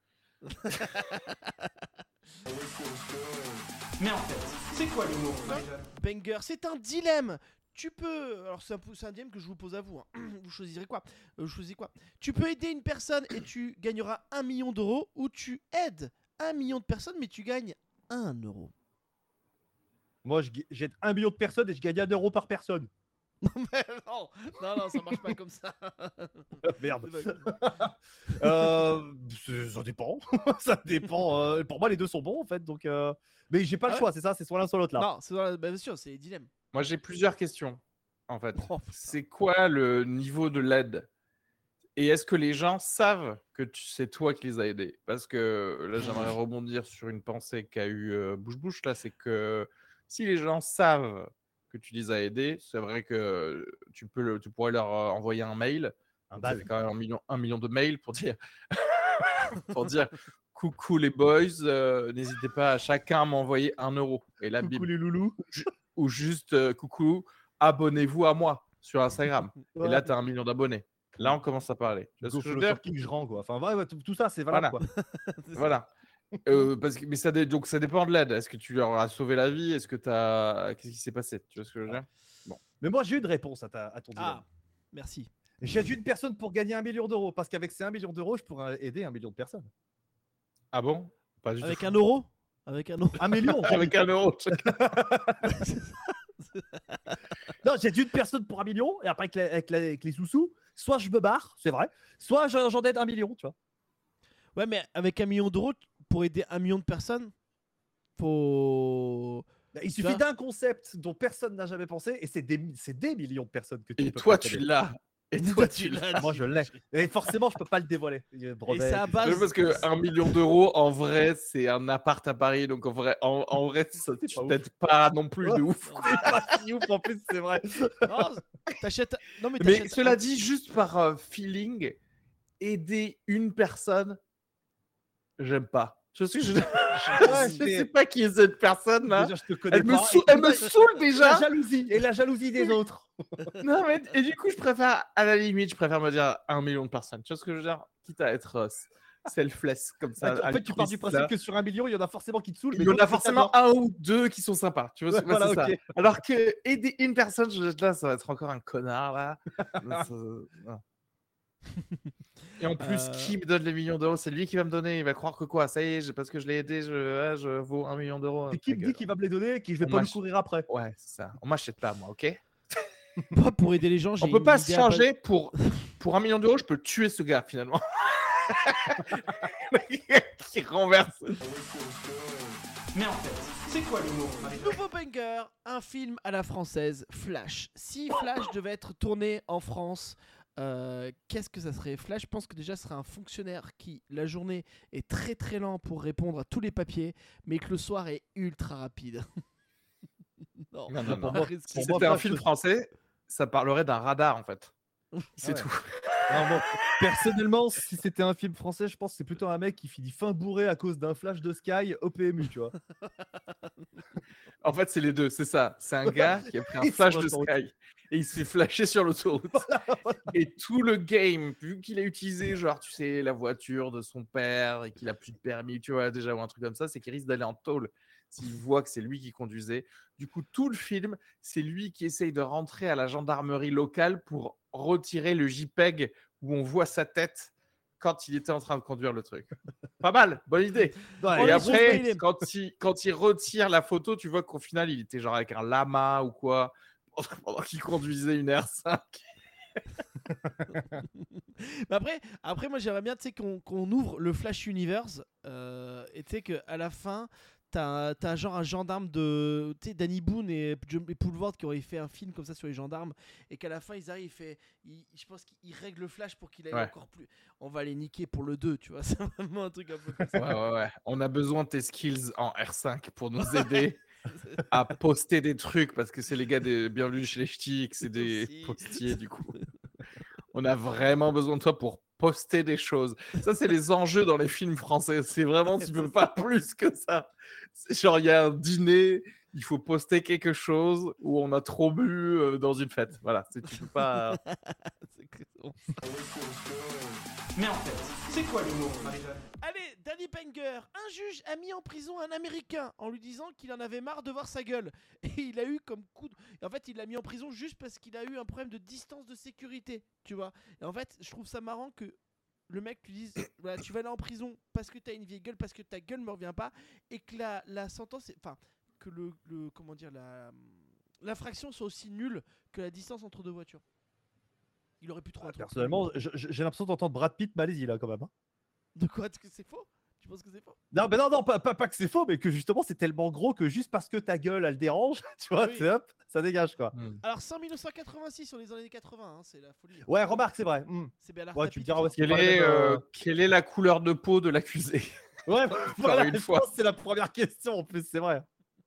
Speaker 5: Mais en fait, c'est quoi l'humour, Marie-Jo ?
Speaker 3: Banger, c'est un dilemme. Tu peux. Alors, c'est un, peu- c'est un dilemme que je vous pose à vous. hein. Vous choisirez quoi Euh, Vous choisissez quoi Tu peux aider une personne et tu gagneras un million d'euros, ou tu aides un million de personnes mais tu gagnes un euro.
Speaker 4: Moi, je ga- j'aide un million de personnes et je gagne un euro par personne.
Speaker 3: Mais non, non, non, ça marche pas comme ça.
Speaker 4: Merde.
Speaker 3: C'est pas-
Speaker 4: Euh, c'est- ça dépend. ça dépend. euh, pour moi, les deux sont bons, en fait. Donc, euh, mais j'ai pas
Speaker 3: Ah
Speaker 4: le
Speaker 3: ouais
Speaker 4: choix, c'est ça, c'est soit l'un, soit l'autre là.
Speaker 3: Non, c'est dans la- bah, bien sûr, c'est les dilemmes.
Speaker 1: Moi, j'ai plusieurs questions, en fait.
Speaker 3: Oh, putain.
Speaker 1: C'est quoi le niveau de l'aide? Et est-ce que les gens savent que tu- c'est toi qui les as aidés? Parce que là, j'aimerais rebondir sur une pensée qu'a eu euh, Bouche Bouche, là, c'est que si les gens savent que tu les as aidés, c'est vrai que tu, peux le- tu pourrais leur euh, envoyer un mail.
Speaker 4: Un
Speaker 1: Ça
Speaker 4: bal.
Speaker 1: fait quand même un million, un million de mails pour dire, pour dire coucou les boys, euh, n'hésitez pas à chacun m'envoyer un euro. Et là, bim.
Speaker 4: Coucou les loulous.
Speaker 1: Ou juste euh, coucou, abonnez-vous à moi sur Instagram. Et là,
Speaker 4: Ouais.
Speaker 1: tu as un million d'abonnés.
Speaker 2: Là, on commence à parler. Tu vois ce
Speaker 4: Go
Speaker 2: que je veux
Speaker 4: flow
Speaker 2: dire?
Speaker 4: sur King, je rends quoi. Enfin, ouais, ouais, tout, tout ça, c'est valable
Speaker 2: Voilà.
Speaker 4: quoi.
Speaker 2: Voilà. Euh, parce que, mais ça, dé- donc ça dépend de l'aide. Est-ce que tu leur as sauvé la vie? Est-ce que tu as. Qu'est-ce qui s'est passé? Tu vois ce que je veux dire?
Speaker 4: Mais moi, j'ai une réponse à, ta, à ton dilemme.
Speaker 3: Ah, merci.
Speaker 4: J'ai une personne pour gagner un million d'euros parce qu'avec ces un million d'euros, je pourrais aider un million de personnes.
Speaker 2: Ah bon? Pas du
Speaker 3: Avec
Speaker 2: tout.
Speaker 3: un euro Avec un euro.
Speaker 4: Un million
Speaker 2: Avec un euro.
Speaker 4: Non, j'ai d'une personne pour un million et après avec, la- avec la- avec les sous-sous, soit je me barre, c'est vrai, soit j'en j'en aide un million, tu vois.
Speaker 3: Ouais, mais avec un million d'euros, pour aider un million de personnes, faut.
Speaker 4: Bah, il
Speaker 3: Tu
Speaker 4: suffit
Speaker 3: vois
Speaker 4: d'un concept dont personne n'a jamais pensé et c'est des, mi- c'est des millions de personnes que tu
Speaker 2: Et
Speaker 4: peux
Speaker 2: toi,
Speaker 4: persuader.
Speaker 2: tu l'as. Et toi, tu l'as.
Speaker 4: Moi, je l'ai. Et forcément, je peux pas le dévoiler. Il y a
Speaker 3: Et
Speaker 4: brevet,
Speaker 3: c'est à
Speaker 4: tout ça.
Speaker 3: base.
Speaker 2: Parce que un million d'euros, en vrai, c'est un appart à Paris. Donc, en vrai, en, en vrai ça
Speaker 4: C'est
Speaker 2: tu
Speaker 4: pas ouf.
Speaker 2: t'aides pas non plus de ouf.
Speaker 3: Non,
Speaker 4: C'est pas si ouf en plus, c'est vrai.
Speaker 3: non, t'achètes. Non, mais
Speaker 2: Mais
Speaker 3: t'achètes.
Speaker 2: cela
Speaker 3: un-
Speaker 2: dit, juste par euh, feeling, aider une personne, j'aime pas. Je sais, je, je,
Speaker 4: Ouais,
Speaker 2: je
Speaker 4: c'est-
Speaker 2: sais pas qui est cette personne là.
Speaker 4: Déjà, je te connais
Speaker 2: Elle me,
Speaker 4: pas.
Speaker 2: sou-
Speaker 4: et
Speaker 2: elle me
Speaker 4: la-
Speaker 2: saoule
Speaker 4: La
Speaker 2: déjà.
Speaker 4: jalousie et la jalousie des autres.
Speaker 2: Non, mais et du coup, je préfère, à la limite, je préfère me dire un million de personnes. Tu vois ce que je veux dire? Quitte à être euh, selfless comme ça.
Speaker 4: en fait, tu pars du
Speaker 2: altruiste,
Speaker 4: principe
Speaker 2: là.
Speaker 4: que sur un million, il y en a forcément qui te saoulent.
Speaker 2: Il
Speaker 4: mais
Speaker 2: y en
Speaker 4: d'autres
Speaker 2: a
Speaker 4: qui
Speaker 2: forcément
Speaker 4: t'adorent.
Speaker 2: un ou deux qui sont sympas. Tu vois,
Speaker 4: Ouais,
Speaker 2: c'est ouais,
Speaker 4: voilà,
Speaker 2: c'est ça.
Speaker 4: ok.
Speaker 2: Alors que aider une personne, je- là, ça va être encore un connard là. Ça- non. Et en plus,
Speaker 3: Euh.
Speaker 2: qui me donne les millions d'euros? C'est lui qui va me donner. Il va croire que quoi? Ça y est, j'ai- parce que je l'ai aidé, je, ouais, je vaux un million d'euros.
Speaker 4: C'est qui
Speaker 2: Ta
Speaker 4: me dit
Speaker 2: gueule.
Speaker 4: qu'il va me les donner et que je vais
Speaker 2: On
Speaker 4: pas lui
Speaker 2: m'achète-
Speaker 4: courir après.
Speaker 2: Ouais, c'est ça. On m'achète pas, moi, ok?
Speaker 3: Moi, pour aider les gens, j'ai
Speaker 2: On peut
Speaker 3: une
Speaker 2: pas
Speaker 3: idée
Speaker 2: se
Speaker 3: à base-
Speaker 2: changer pour, pour un million d'euros, je peux tuer ce gars finalement. Qui renverse.
Speaker 5: Mais en fait, c'est quoi l'humour, Marie-Jo?
Speaker 3: Nouveau banger, un film à la française, Flash. Si Flash devait être tourné en France, euh, qu'est-ce que ça serait? Flash, je pense que déjà ce serait un fonctionnaire qui, la journée, est très très lent pour répondre à tous les papiers, mais que le soir est ultra rapide. non,
Speaker 2: Non, non,
Speaker 4: Pour
Speaker 2: non.
Speaker 4: moi,
Speaker 3: Arrête,
Speaker 2: Si
Speaker 4: pour
Speaker 2: c'était
Speaker 4: moi,
Speaker 2: un
Speaker 4: Flash,
Speaker 2: film
Speaker 4: c'est-
Speaker 2: français, ça parlerait d'un radar en fait. C'est
Speaker 4: ouais.
Speaker 2: tout.
Speaker 4: Non, bon, personnellement, si c'était un film français, je pense que c'est plutôt un mec qui finit fin bourré à cause d'un flash de Sky au P M U, tu vois.
Speaker 2: En fait, c'est les deux, c'est ça. C'est un gars qui a pris un
Speaker 4: Et
Speaker 2: flash
Speaker 4: sur
Speaker 2: de
Speaker 4: l'autoroute.
Speaker 2: Sky et il se fait flasher sur l'autoroute. Et tout le game, vu qu'il a utilisé, genre, tu sais, la voiture de son père et qu'il a plus de permis, tu vois, déjà, ou un truc comme ça, c'est qu'il risque d'aller en tôle s'il voit que c'est lui qui conduisait. Du coup, tout le film, c'est lui qui essaye de rentrer à la gendarmerie locale pour retirer le JPEG où on voit sa tête quand il était en train de conduire le truc. Pas mal, bonne idée.
Speaker 4: Ouais,
Speaker 3: On
Speaker 2: Et
Speaker 3: est sur
Speaker 2: après,
Speaker 3: Smiley.
Speaker 2: quand il, quand il retire la photo, tu vois qu'au final, il était genre avec un lama ou quoi, pendant qu'il conduisait une R cinq.
Speaker 3: Mais après, après, moi j'aimerais bien tu sais, qu'on qu'on ouvre le Flash Universe euh, et tu sais qu'à la fin, t'as as genre un gendarme de. Tu sais, Danny Boone et, John- et Paul Ward qui auraient fait un film comme ça sur les gendarmes et qu'à la fin ils arrivent, il fait, il- je pense qu'ils règlent le Flash pour qu'il aille
Speaker 2: Ouais.
Speaker 3: encore plus. On va les niquer pour le deux, tu vois. C'est vraiment un truc un peu comme ça.
Speaker 2: Ouais, ouais, ouais. On a besoin de tes skills en R cinq pour nous aider à poster des trucs parce que c'est les gars des Bienvenue chez les Ch'tis, que c'est des
Speaker 3: Aussi.
Speaker 2: postiers du coup. On a vraiment besoin de toi pour poster des choses. Ça, c'est les enjeux dans les films français. C'est vraiment, tu peux pas plus que ça. C'est genre, il y a un dîner, il faut poster quelque chose où on a trop bu euh, dans une fête. Voilà, c'est- tu peux pas.
Speaker 3: C'est exactement.
Speaker 5: Mais en fait, c'est quoi l'humour, Marie-Jo?
Speaker 3: Allez, Danny Banger, un juge a mis en prison un Américain en lui disant qu'il en avait marre de voir sa gueule. Et il a eu comme coup de... Et en fait, il l'a mis en prison juste parce qu'il a eu un problème de distance de sécurité, tu vois. Et en fait, je trouve ça marrant que le mec lui dise, voilà, tu vas aller en prison parce que t'as une vieille gueule, parce que ta gueule me revient pas, et que la, la sentence, est... enfin, que le, le, comment dire, la, l'infraction soit aussi nulle que la distance entre deux voitures. Il aurait pu trouver un truc.
Speaker 4: Personnellement, je- je- j'ai l'impression d'entendre Brad Pitt Malaisie là quand même. hein.
Speaker 3: De quoi? Est-ce que c'est faux? Tu penses que c'est faux?
Speaker 4: Non, mais non, non, pas, pas, pas que c'est faux, mais que justement c'est tellement gros que juste parce que ta gueule elle dérange, tu vois,
Speaker 3: Oui.
Speaker 4: c'est hop, ça dégage quoi.
Speaker 3: Alors, c'est en mille neuf cent quatre-vingt-six, on est dans les années quatre-vingts, hein, c'est la folie.
Speaker 4: Ouais, remarque, c'est vrai. hmm.
Speaker 3: C'est bien
Speaker 4: Ouais, tu me diras où est-ce qu'il
Speaker 2: Quelle
Speaker 4: parlait
Speaker 2: est,
Speaker 4: de-
Speaker 2: euh, quelle est la couleur de peau de l'accusé?
Speaker 4: Ouais, voilà,
Speaker 2: une
Speaker 4: je
Speaker 2: fois.
Speaker 4: pense que c'est la première question en plus, c'est vrai.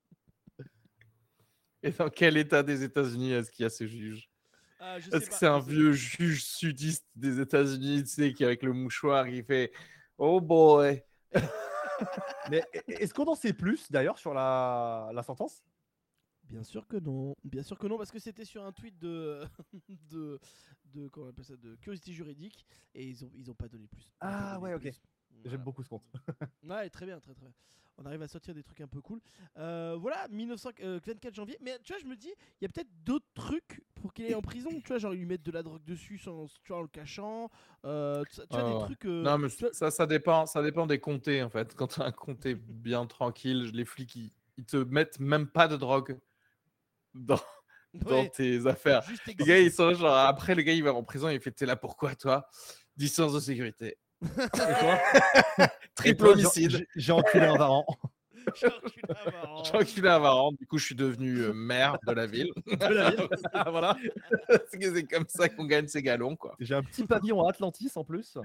Speaker 2: Et dans quel état des États-Unis est-ce qu'il y a ce juge?
Speaker 3: Ah, je sais
Speaker 2: Est-ce que
Speaker 3: pas,
Speaker 2: c'est un
Speaker 3: je sais-
Speaker 2: vieux juge sudiste des États-Unis, tu sais, qui avec le mouchoir, il fait Oh boy.
Speaker 4: Mais est-ce qu'on en sait plus d'ailleurs sur la, la sentence?
Speaker 3: Bien sûr que non, bien sûr que non, parce que c'était sur un tweet de, de, de, comment on appelle ça, de curiosité juridique, et ils ont, ils ont pas donné plus. Ils ont pas
Speaker 4: Ah
Speaker 3: donné
Speaker 4: ouais, ok.
Speaker 3: plus.
Speaker 4: J'aime
Speaker 3: Voilà.
Speaker 4: beaucoup ce compte.
Speaker 3: Ouais, très bien, très très bien. On arrive à sortir des trucs un peu cool. Euh, voilà, dix-neuf cent vingt-quatre janvier. Mais tu vois, je me dis, il y a peut-être d'autres trucs pour qu'il aille en prison. Tu vois, genre ils lui mettent de la drogue dessus sans, tu vois, en le cachant. Euh, tu tu vois,
Speaker 1: Ah
Speaker 3: des
Speaker 1: ouais.
Speaker 3: trucs. euh,
Speaker 1: Non, mais
Speaker 3: tu vois-
Speaker 1: ça, ça dépend, ça dépend des comtés en fait. Quand tu as un comté bien tranquille, les flics ils, ils te mettent même pas de drogue dans, dans
Speaker 3: Ouais,
Speaker 1: tes affaires.
Speaker 3: juste
Speaker 1: Les
Speaker 3: existe.
Speaker 1: gars, ils sont genre après le gars il va en prison, il fait t'es là pourquoi toi? Distance de sécurité.
Speaker 4: Et toi Et
Speaker 1: Triple
Speaker 4: toi, j'ai-
Speaker 1: homicide.
Speaker 4: j'ai- J'ai enculé un varan.
Speaker 3: J'ai enculé un marrant.
Speaker 1: J'ai enculé un varan, du coup je suis devenu euh, maire de la ville.
Speaker 4: De la ville. Ah, voilà.
Speaker 1: C'est que c'est comme ça qu'on gagne ses galons quoi.
Speaker 4: J'ai un petit pavillon à Atlantis en plus.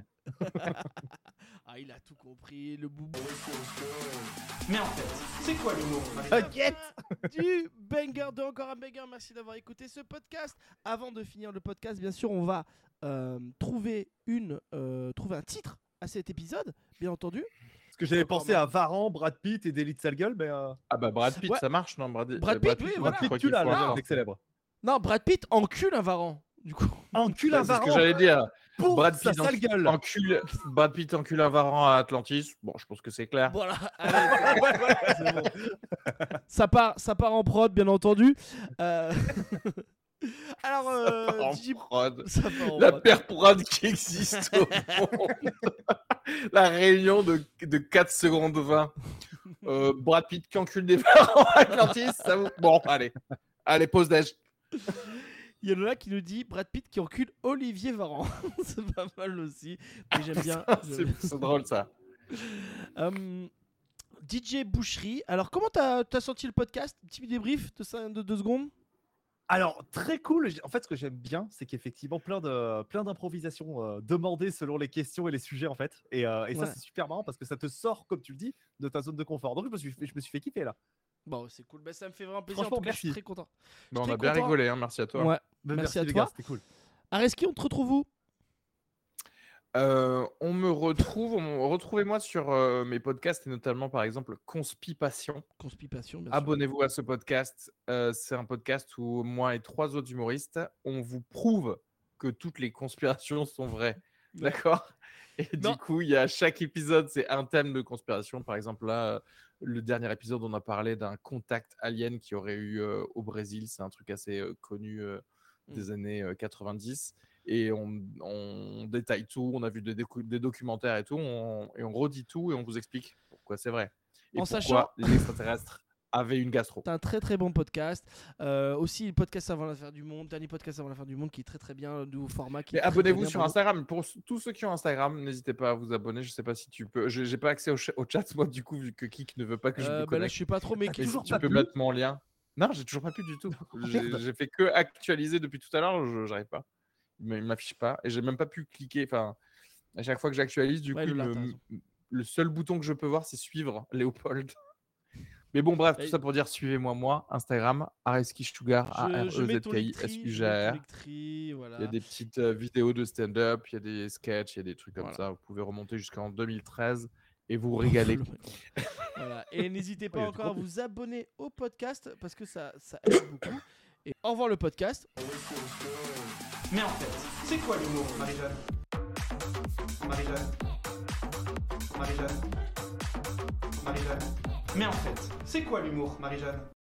Speaker 3: Ah, il a tout compris, le boubou.
Speaker 5: Mais en fait, c'est quoi l'humour, Marie-Jeanne?
Speaker 4: T'inquiète.
Speaker 3: Du banger, de encore un banger. Merci d'avoir écouté ce podcast. Avant de finir le podcast, bien sûr, on va euh, trouver une, euh, trouver un titre à cet épisode, bien entendu.
Speaker 4: Parce que j'avais
Speaker 3: Encore
Speaker 4: pensé
Speaker 3: marre.
Speaker 4: à Varan, Brad Pitt et Daily de sale gueule, mais euh,
Speaker 1: Ah bah Brad Pitt,
Speaker 3: Ouais.
Speaker 1: ça marche non Brad,
Speaker 3: Brad
Speaker 1: euh,
Speaker 3: Pitt, oui,
Speaker 1: ouais,
Speaker 3: voilà.
Speaker 1: je
Speaker 4: Brad
Speaker 1: crois
Speaker 4: Pitt, tu
Speaker 1: qu'il
Speaker 4: l'as,
Speaker 1: faut
Speaker 4: le
Speaker 1: un-
Speaker 4: mec célèbre.
Speaker 3: Non, Brad Pitt encule un varan, du coup.
Speaker 4: Encule un
Speaker 1: Ouais, c'est ce que
Speaker 4: Varan
Speaker 1: j'allais dire.
Speaker 4: pour
Speaker 1: Brad
Speaker 4: sa
Speaker 1: Pitt
Speaker 4: sale
Speaker 1: enc-
Speaker 4: gueule.
Speaker 1: encule, Brad Pitt encule un varan à Atlantis. Bon, je pense que c'est clair.
Speaker 3: Voilà, allez, ouais, voilà, c'est bon. ça, part, ça part en prod, bien entendu. Euh, Alors, euh,
Speaker 1: En
Speaker 3: D J
Speaker 1: prod.
Speaker 3: ça part en
Speaker 1: La
Speaker 3: prod.
Speaker 1: pire prod qui existe au monde. La réunion de, de quatre secondes vingt. Euh, Brad Pitt qui encule des varans à Atlantis. Ça vous... Bon, allez. Allez, pause déj.
Speaker 3: Il y a Lola qui nous dit Brad Pitt qui encule Olivier Varan. C'est pas mal aussi. Mais j'aime bien.
Speaker 1: C'est c'est drôle ça.
Speaker 3: Euh, D J Boucherie. Alors, comment t'as as senti le podcast? Petit débrief de, cinq, de deux secondes.
Speaker 4: Alors, très cool. J'ai- En fait, ce que j'aime bien, c'est qu'effectivement, plein de plein d'improvisations euh, demandées selon les questions et les sujets, en fait. Et, euh, et ça,
Speaker 3: Ouais.
Speaker 4: c'est super marrant parce que ça te sort, comme tu le dis, de ta zone de confort. Donc, je me suis, fait- je me suis fait kiffer là.
Speaker 3: Bon, c'est cool. Bah, ça me fait vraiment plaisir. En
Speaker 4: Franchement,
Speaker 3: tout cas, je suis
Speaker 4: merci.
Speaker 3: très content.
Speaker 1: Bon, on
Speaker 3: très
Speaker 1: a bien
Speaker 3: content.
Speaker 1: rigolé, hein, merci à toi.
Speaker 3: Ouais.
Speaker 4: Mais
Speaker 3: Merci à
Speaker 4: les
Speaker 3: toi.
Speaker 4: gars, c'était cool.
Speaker 3: Areski, on te retrouve où?
Speaker 1: Euh, on me retrouve, on- retrouvez-moi sur euh, mes podcasts et notamment par exemple Conspipation.
Speaker 3: Conspipation, bien sûr.
Speaker 1: Abonnez-vous à ce podcast. Euh, c'est un podcast où moi et trois autres humoristes, on vous prouve que toutes les conspirations sont vraies.
Speaker 3: Ouais.
Speaker 1: D'accord? Et
Speaker 3: Non.
Speaker 1: du coup, il y a chaque épisode, c'est un thème de conspiration. Par exemple, là, euh, le dernier épisode, on a parlé d'un contact alien qui aurait eu euh, au Brésil. C'est un truc assez euh, connu euh, des années euh, quatre-vingt-dix. Et on, on détaille tout. On a vu des, docu- des documentaires et tout. On- et on redit tout et on vous explique pourquoi c'est vrai. Et
Speaker 3: En
Speaker 1: pourquoi
Speaker 3: sachant-
Speaker 1: les extraterrestres avaient une gastro.
Speaker 3: C'est un très très bon podcast. Euh, aussi, le podcast avant la fin du monde, dernier podcast avant la fin du monde qui est très très bien, nouveau format. Qui
Speaker 1: Mais
Speaker 3: est très, très
Speaker 1: abonnez-vous
Speaker 3: bien,
Speaker 1: sur
Speaker 3: bravo.
Speaker 1: Instagram. Pour s- tous ceux qui ont Instagram, n'hésitez pas à vous abonner. Je sais pas si tu peux. Je J'ai pas accès au, ch- au chat, moi, du coup, vu que Kik ne veut pas que je
Speaker 3: Euh,
Speaker 1: me
Speaker 3: bah là,
Speaker 1: connecte.
Speaker 3: je suis pas trop, mais
Speaker 1: Mais
Speaker 3: qui
Speaker 1: si
Speaker 3: toujours
Speaker 1: tu
Speaker 3: pas
Speaker 1: peux
Speaker 3: pu.
Speaker 1: mettre mon lien. Non, j'ai toujours pas pu du tout. J'ai
Speaker 4: Merde.
Speaker 1: j'ai fait que actualiser depuis tout à l'heure. Je J'arrive pas. Il ne m'affiche pas. Et j'ai même pas pu cliquer. Enfin, à chaque fois que j'actualise, du
Speaker 3: Ouais,
Speaker 1: coup, il
Speaker 3: Lola,
Speaker 1: me-
Speaker 3: t'as raison.
Speaker 1: le seul bouton que je peux voir, c'est suivre Léopold. Mais bon, bref, tout
Speaker 3: Et-
Speaker 1: ça pour dire suivez-moi, moi, Instagram, Areski Sugar, A
Speaker 3: Je, je
Speaker 1: R E
Speaker 3: mets
Speaker 1: Z
Speaker 3: ton
Speaker 1: K I
Speaker 3: Linktree,
Speaker 1: S U
Speaker 3: je
Speaker 1: G
Speaker 3: mets ton
Speaker 1: R.
Speaker 3: Linktree, voilà.
Speaker 1: Il y a des petites euh, vidéos de stand-up, il y a des sketchs, il y a des trucs comme
Speaker 3: Voilà.
Speaker 1: ça. Vous pouvez remonter jusqu'en deux mille treize et vous régaler.
Speaker 3: Voilà. Et n'hésitez pas
Speaker 4: Oh, il y a
Speaker 3: encore à
Speaker 4: trop
Speaker 3: vous abonner au podcast parce que ça, ça aide beaucoup. Et au revoir le podcast.
Speaker 5: Mais en fait, c'est quoi l'humour, Marie-Jeanne? Marie-Jeanne? Marie-Jeanne? Marie-Jeanne? Mais en fait, c'est quoi l'humour, Marie-Jeanne?